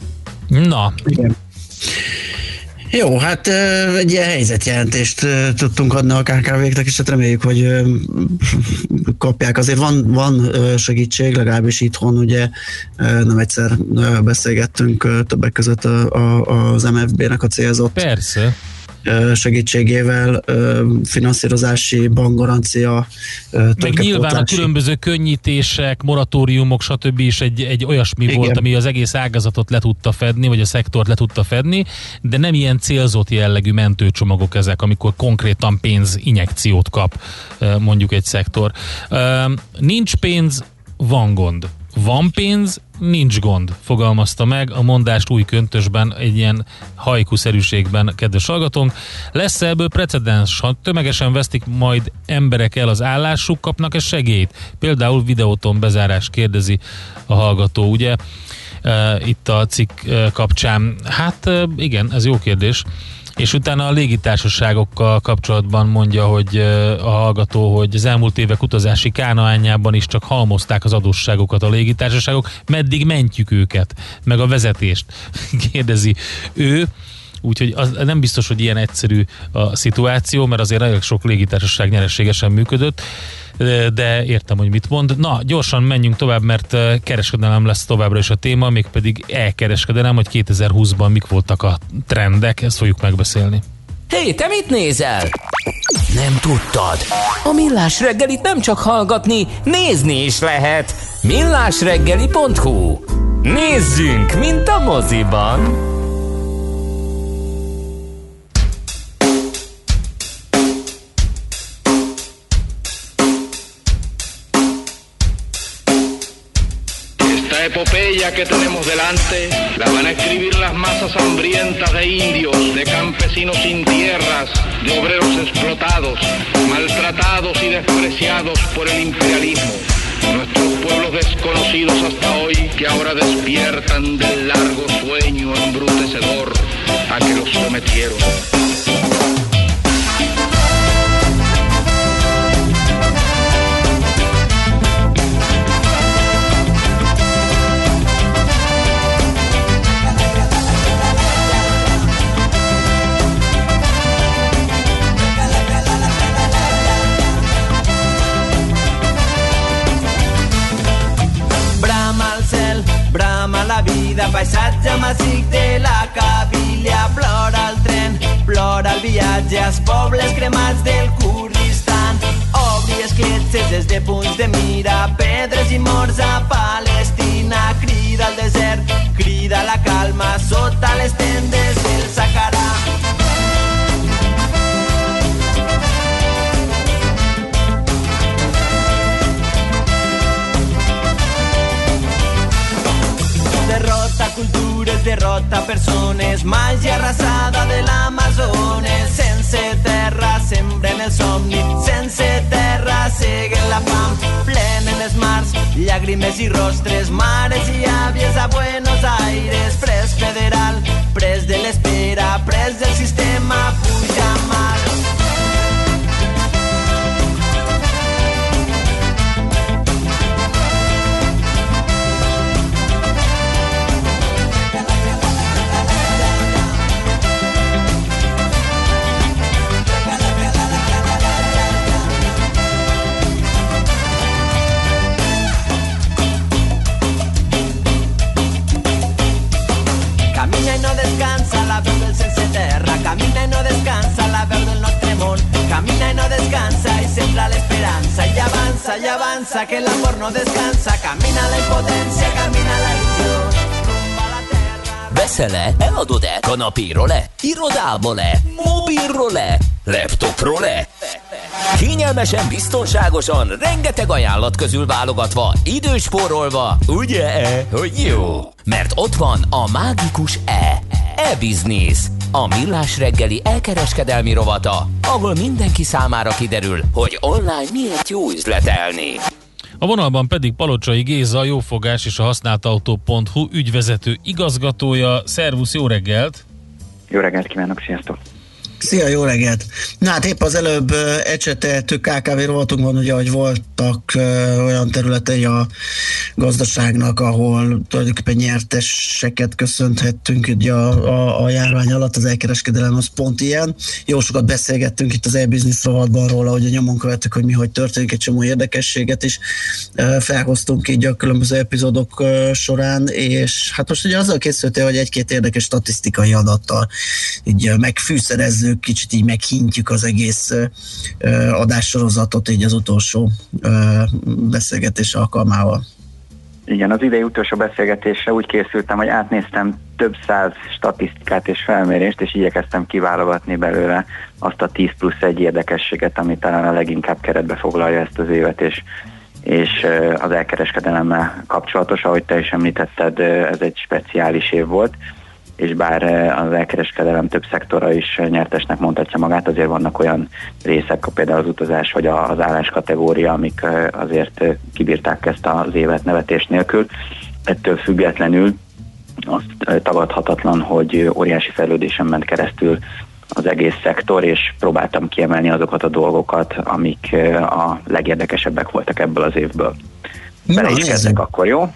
Na. Igen. Jó, hát egy ilyen helyzetjelentést tudtunk adni a KKV-knek, és hát reméljük, hogy kapják. Azért van segítség, legalábbis itthon, ugye nem egyszer beszélgettünk többek között az MFB-nek a célzott Persze. segítségével, finanszírozási bankgarancia, meg nyilván a különböző könnyítések, moratóriumok, stb. Is egy olyasmi igen. volt, ami az egész ágazatot le tudta fedni, vagy a szektort le tudta fedni, de nem ilyen célzott jellegű mentőcsomagok ezek, amikor konkrétan pénzinjekciót kap mondjuk egy szektor. Nincs pénz, van gond. Van pénz, nincs gond, fogalmazta meg a mondást új köntösben, egy ilyen haiku-szerűségben, kedves hallgatónk. Lesz ebből precedens, ha tömegesen vesztik majd emberek el az állásuk, kapnak-e segélyt? Például videóton bezárás, kérdezi a hallgató, ugye? Itt a cikk kapcsán. Hát igen, ez jó kérdés. És utána a légitársaságokkal kapcsolatban mondja, hogy a hallgató, hogy az elmúlt évek utazási kánaánjában is csak halmozták az adósságokat a légitársaságok, meddig mentjük őket, meg a vezetést, kérdezi ő. Úgyhogy az nem biztos, hogy ilyen egyszerű a szituáció, mert azért nagyon sok légitársaság nyereségesen működött, de értem, hogy mit mond. Na, gyorsan menjünk tovább, mert kereskedelem lesz továbbra is a téma, mégpedig elkereskedelem, hogy 2020-ban mik voltak a trendek, ezt fogjuk megbeszélni. Hé, te mit nézel? Nem tudtad? A Millás reggelit nem csak hallgatni, nézni is lehet. millásreggeli.hu. Nézzünk, mint a moziban. Epopeya que tenemos delante la van a escribir las masas hambrientas de indios, de campesinos sin tierras, de obreros explotados, maltratados y despreciados por el imperialismo. Nuestros pueblos desconocidos hasta hoy, que ahora despiertan del largo sueño embrutecedor a que los sometieron. Brama la vida, paisatge massic de la Cabília, plora el tren, plora el viatge als pobles cremats del Kurdistan. Obri escletxes des de punts de mira, pedres i morts a Palestina. Crida al desert, crida la calma sota les tendes del Sàhara. Derrota cultures, derrota persones, màgia arrasada de l'Amazones. Sense terra sembren el somni, sense terra seguen la fam. Plenen els mars, llàgrimes i rostres, mares i àvies a Buenos Aires. Pres federal, pres de l'espera, pres del sistema, puja mal. Camina i no descansa la veu del nostre món. Camina i no descansa i sembra l'esperança. I avança, que l'amor no descansa. Camina la impotència, camina la il·lusió. Veszel-e? Eladod-e? Kanapéról-e? Irodából-e? Mobilról-e? Laptopról-e? Kényelmesen, biztonságosan, rengeteg ajánlat közül válogatva, időspórolva, ugye-e, hogy jó? Mert ott van a mágikus e-business, a Millás reggeli elkereskedelmi rovata, ahol mindenki számára kiderül, hogy online miért jó üzletelni. A vonalban pedig Palocsai Géza, a Jófogás és a használtautó.hu ügyvezető igazgatója. Szervusz, jó reggelt! Jó reggelt kívánok, sziasztok! Szia, jó reggelt! Na hát épp az előbb ecseteltük KKV rovatunkban, ugye, hogy voltak olyan területei a gazdaságnak, ahol tulajdonképpen nyerteseket köszönhettünk ugye a járvány alatt, az elkereskedelem az pont ilyen. Jó sokat beszélgettünk itt az e-business rovatban róla, hogy a nyomon követtük, hogy mi hogy történik, egy csomó érdekességet is felhoztunk így a különböző epizódok során, és hát most ugye azzal készültél, hogy egy-két érdekes statisztikai adattal így megfűszerezzük, kicsit így meghintjük az egész adássorozatot így az utolsó beszélgetés alkalmával. Igen, az idei utolsó beszélgetésre úgy készültem, hogy átnéztem több száz statisztikát és felmérést, és igyekeztem kiválogatni belőle azt a 10+1 érdekességet, ami talán a leginkább keretbe foglalja ezt az évet, és az elkereskedelemmel kapcsolatos, ahogy te is említetted, ez egy speciális év volt, és bár az elkereskedelem több szektora is nyertesnek mondhatja magát, azért vannak olyan részek, például az utazás vagy az álláskategória, amik azért kibírták ezt az évet nevetés nélkül. Ettől függetlenül azt tagadhatatlan, hogy óriási fejlődésen ment keresztül az egész szektor, és próbáltam kiemelni azokat a dolgokat, amik a legérdekesebbek voltak ebből az évből. Bele is kezdek akkor, jó?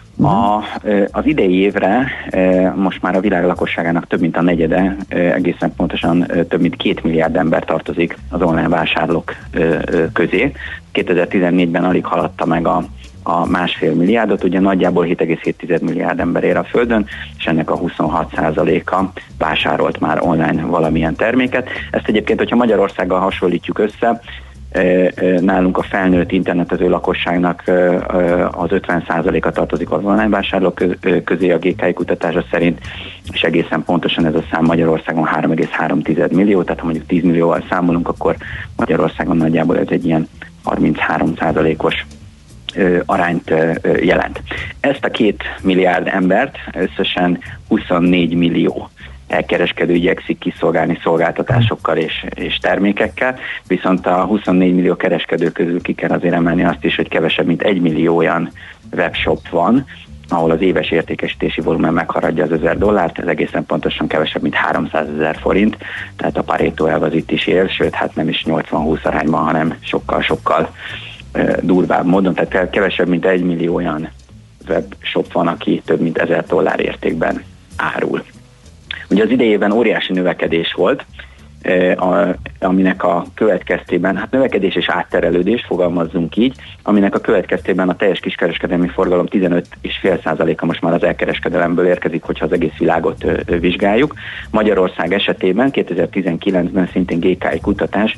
Az idei évre most már a világ lakosságának több mint a negyede, egészen pontosan több mint 2 milliárd ember tartozik az online vásárlók közé. 2014-ben alig haladta meg a 1,5 milliárdot, ugye nagyjából 7,7 milliárd ember ér a Földön, és ennek a 26%-a vásárolt már online valamilyen terméket. Ezt egyébként, hogyha Magyarországgal hasonlítjuk össze, nálunk a felnőtt internetező lakosságnak az 50%-a tartozik az online vásárlók közé a GKI kutatása szerint, és egészen pontosan ez a szám Magyarországon 3,3 millió, tehát ha mondjuk 10 millióval számolunk, akkor Magyarországon nagyjából ez egy ilyen 33%-os arányt jelent. Ezt a 2 milliárd embert összesen 24 millió elkereskedő igyekszik kiszolgálni szolgáltatásokkal és termékekkel, viszont a 24 millió kereskedő közül ki kell azért emelni azt is, hogy kevesebb mint 1 millió olyan webshop van, ahol az éves értékesítési volumen meghaladja az $1000, ez egészen pontosan kevesebb, mint 300 000 forint, tehát a Pareto elv az itt is él, sőt, hát nem is 80-20 arányban, hanem sokkal durvább módon, tehát kevesebb, mint 1 millió olyan webshop van, aki több mint $1000 értékben árul. Ugye az idejében óriási növekedés volt, aminek a következtében, hát növekedés és átterelődés, fogalmazzunk így, aminek a következtében a teljes kiskereskedelmi forgalom 15,5%-a most már az elkereskedelemből érkezik, hogyha az egész világot vizsgáljuk. Magyarország esetében 2019-ben szintén GKI kutatás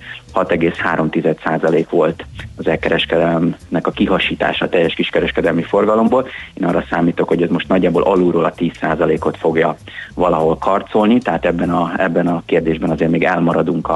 6,3% volt az elkereskedelemnek a kihasítása a teljes kiskereskedelmi forgalomból. Én arra számítok, hogy ez most nagyjából alulról a 10%-ot fogja valahol karcolni, tehát ebben a kérdésben azért még elmaradunk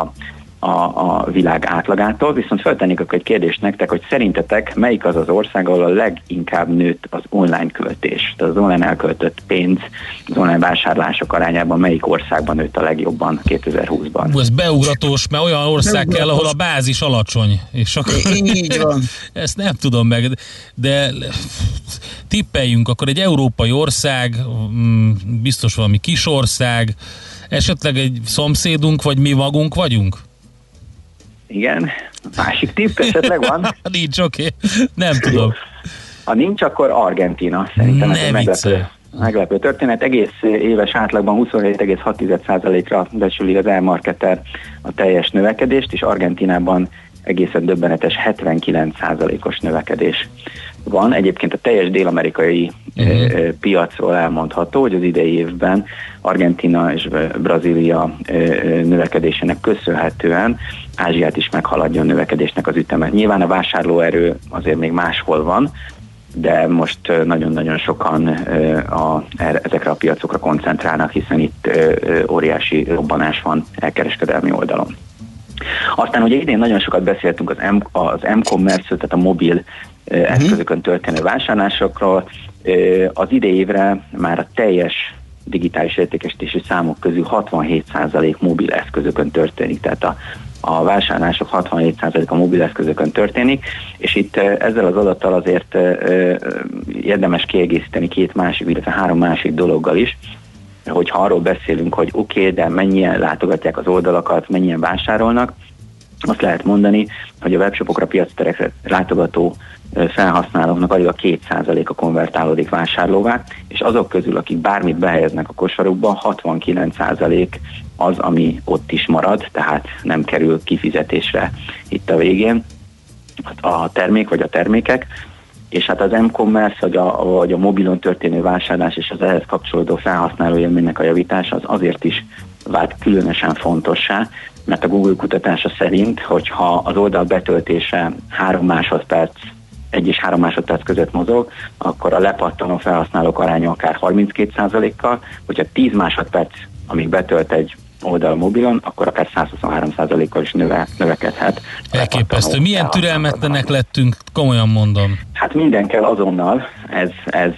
a világ átlagától, viszont feltennék akkor egy kérdést nektek, hogy szerintetek melyik az az ország, ahol a leginkább nőtt az online költés, tehát az online elköltött pénz, az online vásárlások arányában melyik országban nőtt a legjobban 2020-ban? Ez beugratós, mert olyan ország kell, ahol a bázis alacsony. És akkor így van. Ezt nem tudom meg, de tippeljünk, akkor egy európai ország, biztos valami kis ország, esetleg egy szomszédunk, vagy mi magunk vagyunk? Igen, másik tipp esetleg van? Nincs, oké. Nem tudom. Ha nincs, akkor Argentína. Szerintem ez meglepő történet. Egész éves átlagban 27,6%-ra becsüli az e-marketer a teljes növekedést, és Argentínában egészen döbbenetes 79%-os növekedés van. Egyébként a teljes dél-amerikai piacról elmondható, hogy az idei évben Argentína és Brazília növekedésének köszönhetően Ázsiát is meghaladja a növekedésnek az ütemet. Nyilván a vásárlóerő azért még máshol van, de most nagyon-nagyon sokan ezekre a piacokra koncentrálnak, hiszen itt óriási robbanás van elkereskedelmi oldalon. Aztán ugye idén nagyon sokat beszéltünk az m-commerce, tehát a mobil eszközökön történő vásárlásokról. Az idei évre már a teljes digitális értékesítési számok közül 67% mobil eszközökön történik, tehát a vásárlások 67% a mobil eszközökön történik, és itt ezzel az adattal azért érdemes kiegészíteni két másik, illetve három másik dologgal is. hogyha arról beszélünk, hogy oké, de mennyien látogatják az oldalakat, mennyien vásárolnak, azt lehet mondani, hogy a webshopokra, piacterekre látogató felhasználóknak alig a 2%-a konvertálódik vásárlóvá, és azok közül, akik bármit behelyeznek a kosarukba, 69% az, ami ott is marad, tehát nem kerül kifizetésre itt a végén a termék vagy a termékek, és hát az m-commerce vagy a mobilon történő vásárlás és az ehhez kapcsolódó felhasználó élménynek a javítása az azért is vált különösen fontossá, mert a Google kutatása szerint, hogyha az oldal betöltése 1 és 3 másodperc között mozog, akkor a lepattanó felhasználók aránya akár 32%-kal, hogyha 10 másodperc, amíg betölt egy oldal mobilon, akkor akár 123%-kal is növekedhet. Elképesztő. Milyen türelmetlenek lettünk, komolyan mondom. Hát minden kell azonnal, ez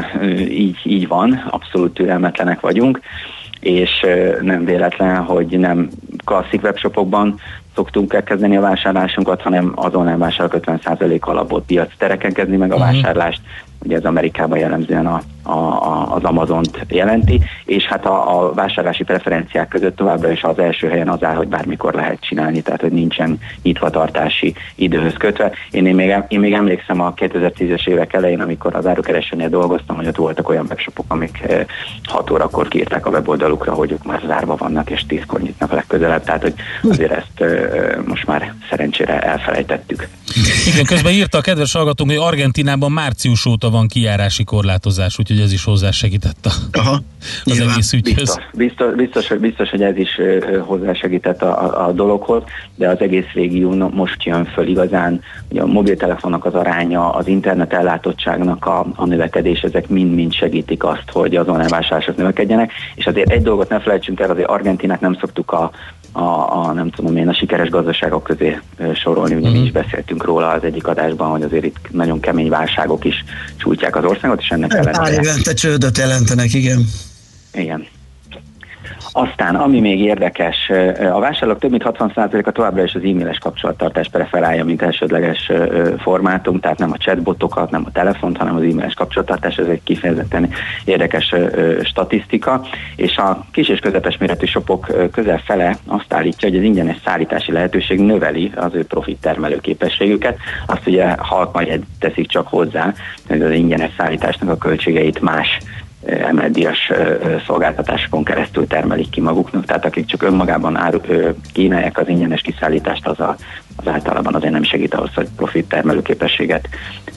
így van, abszolút türelmetlenek vagyunk, és nem véletlen, hogy nem klasszik webshopokban szoktunk elkezdeni a vásárlásunkat, hanem az online vásárlók 50% alapból piac tereken kezdi meg a vásárlást, ugye ez Amerikában jellemzően az Amazont jelenti, és hát a vásárlási preferenciák között továbbra is az első helyen az áll, hogy bármikor lehet csinálni, tehát hogy nincsen nyitvatartási időhöz kötve. Én még emlékszem a 2010-es évek elején, amikor az árukeresőnél dolgoztam, hogy ott voltak olyan webshopok, amik 6 órakor kiírták a weboldalukra, hogy ők már zárva vannak, és 10-kor nyitnak a legközelebb, tehát hogy azért ezt most már szerencsére elfelejtettük. Igen, közben írta a kedves hallgatónk, hogy Argentínában március óta van kijárási korlátozás, úgyhogy ez is hozzásegített az egész ügyhöz. Biztos, hogy ez is hozzásegített a dologhoz, de az egész régió most jön föl igazán, ugye a mobiltelefonok az aránya, az internet ellátottságnak a növekedés, ezek mind-mind segítik azt, hogy az online vásárlások növekedjenek, és azért egy dolgot ne felejtsünk el, azért Argentinát nem szoktuk nem tudom én, a sikeres gazdaságok közé sorolni, ugye mi is beszéltünk róla az egyik adásban, hogy azért itt nagyon kemény válságok is sújtják az országot, és ennek ellenére... Pár évente csődöt jelentenek, igen. Igen. Aztán, ami még érdekes, a vásárlók több mint 60%-a továbbra is az e-mailes kapcsolattartást preferálja, mint elsődleges formátum, tehát nem a chatbotokat, nem a telefont, hanem az e-mailes kapcsolattartás, ez egy kifejezetten érdekes statisztika, és a kis és közepes méretű shopok közel fele azt állítja, hogy az ingyenes szállítási lehetőség növeli az ő profit termelő képességüket. Azt ugye halkmai teszik csak hozzá, hogy az ingyenes szállításnak a költségeit más emeldíjas szolgáltatásokon keresztül termelik ki maguknak, tehát akik csak önmagában kínálják az ingyenes kiszállítást, az általában azért nem segít ahhoz, hogy profit termelő képességet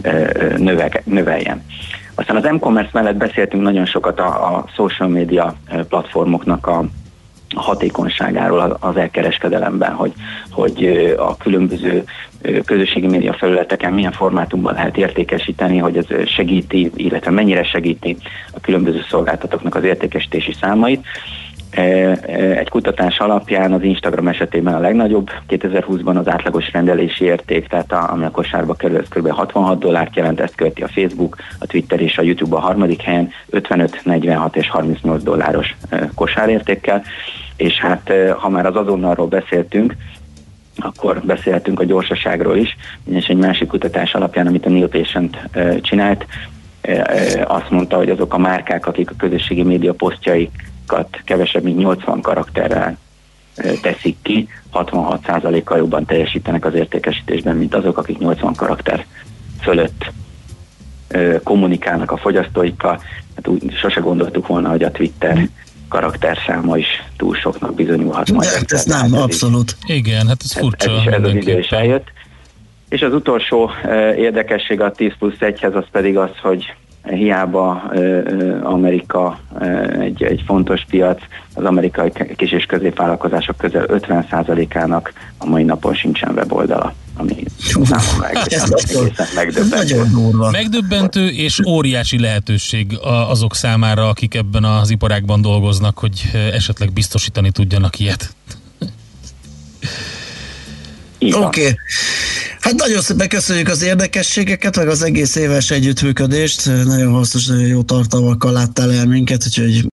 növeljen. Aztán az m-commerce mellett beszéltünk nagyon sokat a social media platformoknak a hatékonyságáról az elkereskedelemben, hogy a különböző közösségi média felületeken milyen formátumban lehet értékesíteni, hogy ez segíti, illetve mennyire segíti a különböző szolgáltatóknak az értékesítési számait. Egy kutatás alapján az Instagram esetében a legnagyobb, 2020-ban az átlagos rendelési érték, tehát ami a kosárba kerül, ez kb. $66 jelent, ezt követi a Facebook, a Twitter és a YouTube a harmadik helyen, 55, 46 és $38 kosárértékkel, és hát ha már az azonnalról beszéltünk, akkor beszélhetünk a gyorsaságról is, és egy másik kutatás alapján, amit a Neil Patient csinált, azt mondta, hogy azok a márkák, akik a közösségi média posztjaikat kevesebb, mint 80 karakterrel teszik ki, 66%-kal jobban teljesítenek az értékesítésben, mint azok, akik 80 karakter fölött kommunikálnak a fogyasztóikkal. Hát sose gondoltuk volna, hogy a Twitter karakterszáma is túl soknak bizonyulhat majd. De ez nem, abszolút. Igen, hát ez furcsa. Ez az idő is eljött. És az utolsó érdekesség a 10+1-hez az pedig az, hogy hiába Amerika egy fontos piac, az amerikai kis- és középvállalkozások közel 50%-ának a mai napon sincsen weboldala, ami számomra egészen megdöbbentő. Megdöbbentő és óriási lehetőség azok számára, akik ebben az iparágban dolgoznak, hogy esetleg biztosítani tudjanak ilyet. Oké. Hát nagyon szépen köszönjük az érdekességeket, meg az egész éves együttműködést. Nagyon hasznos, nagyon jó tartalmakkal láttál el minket, úgyhogy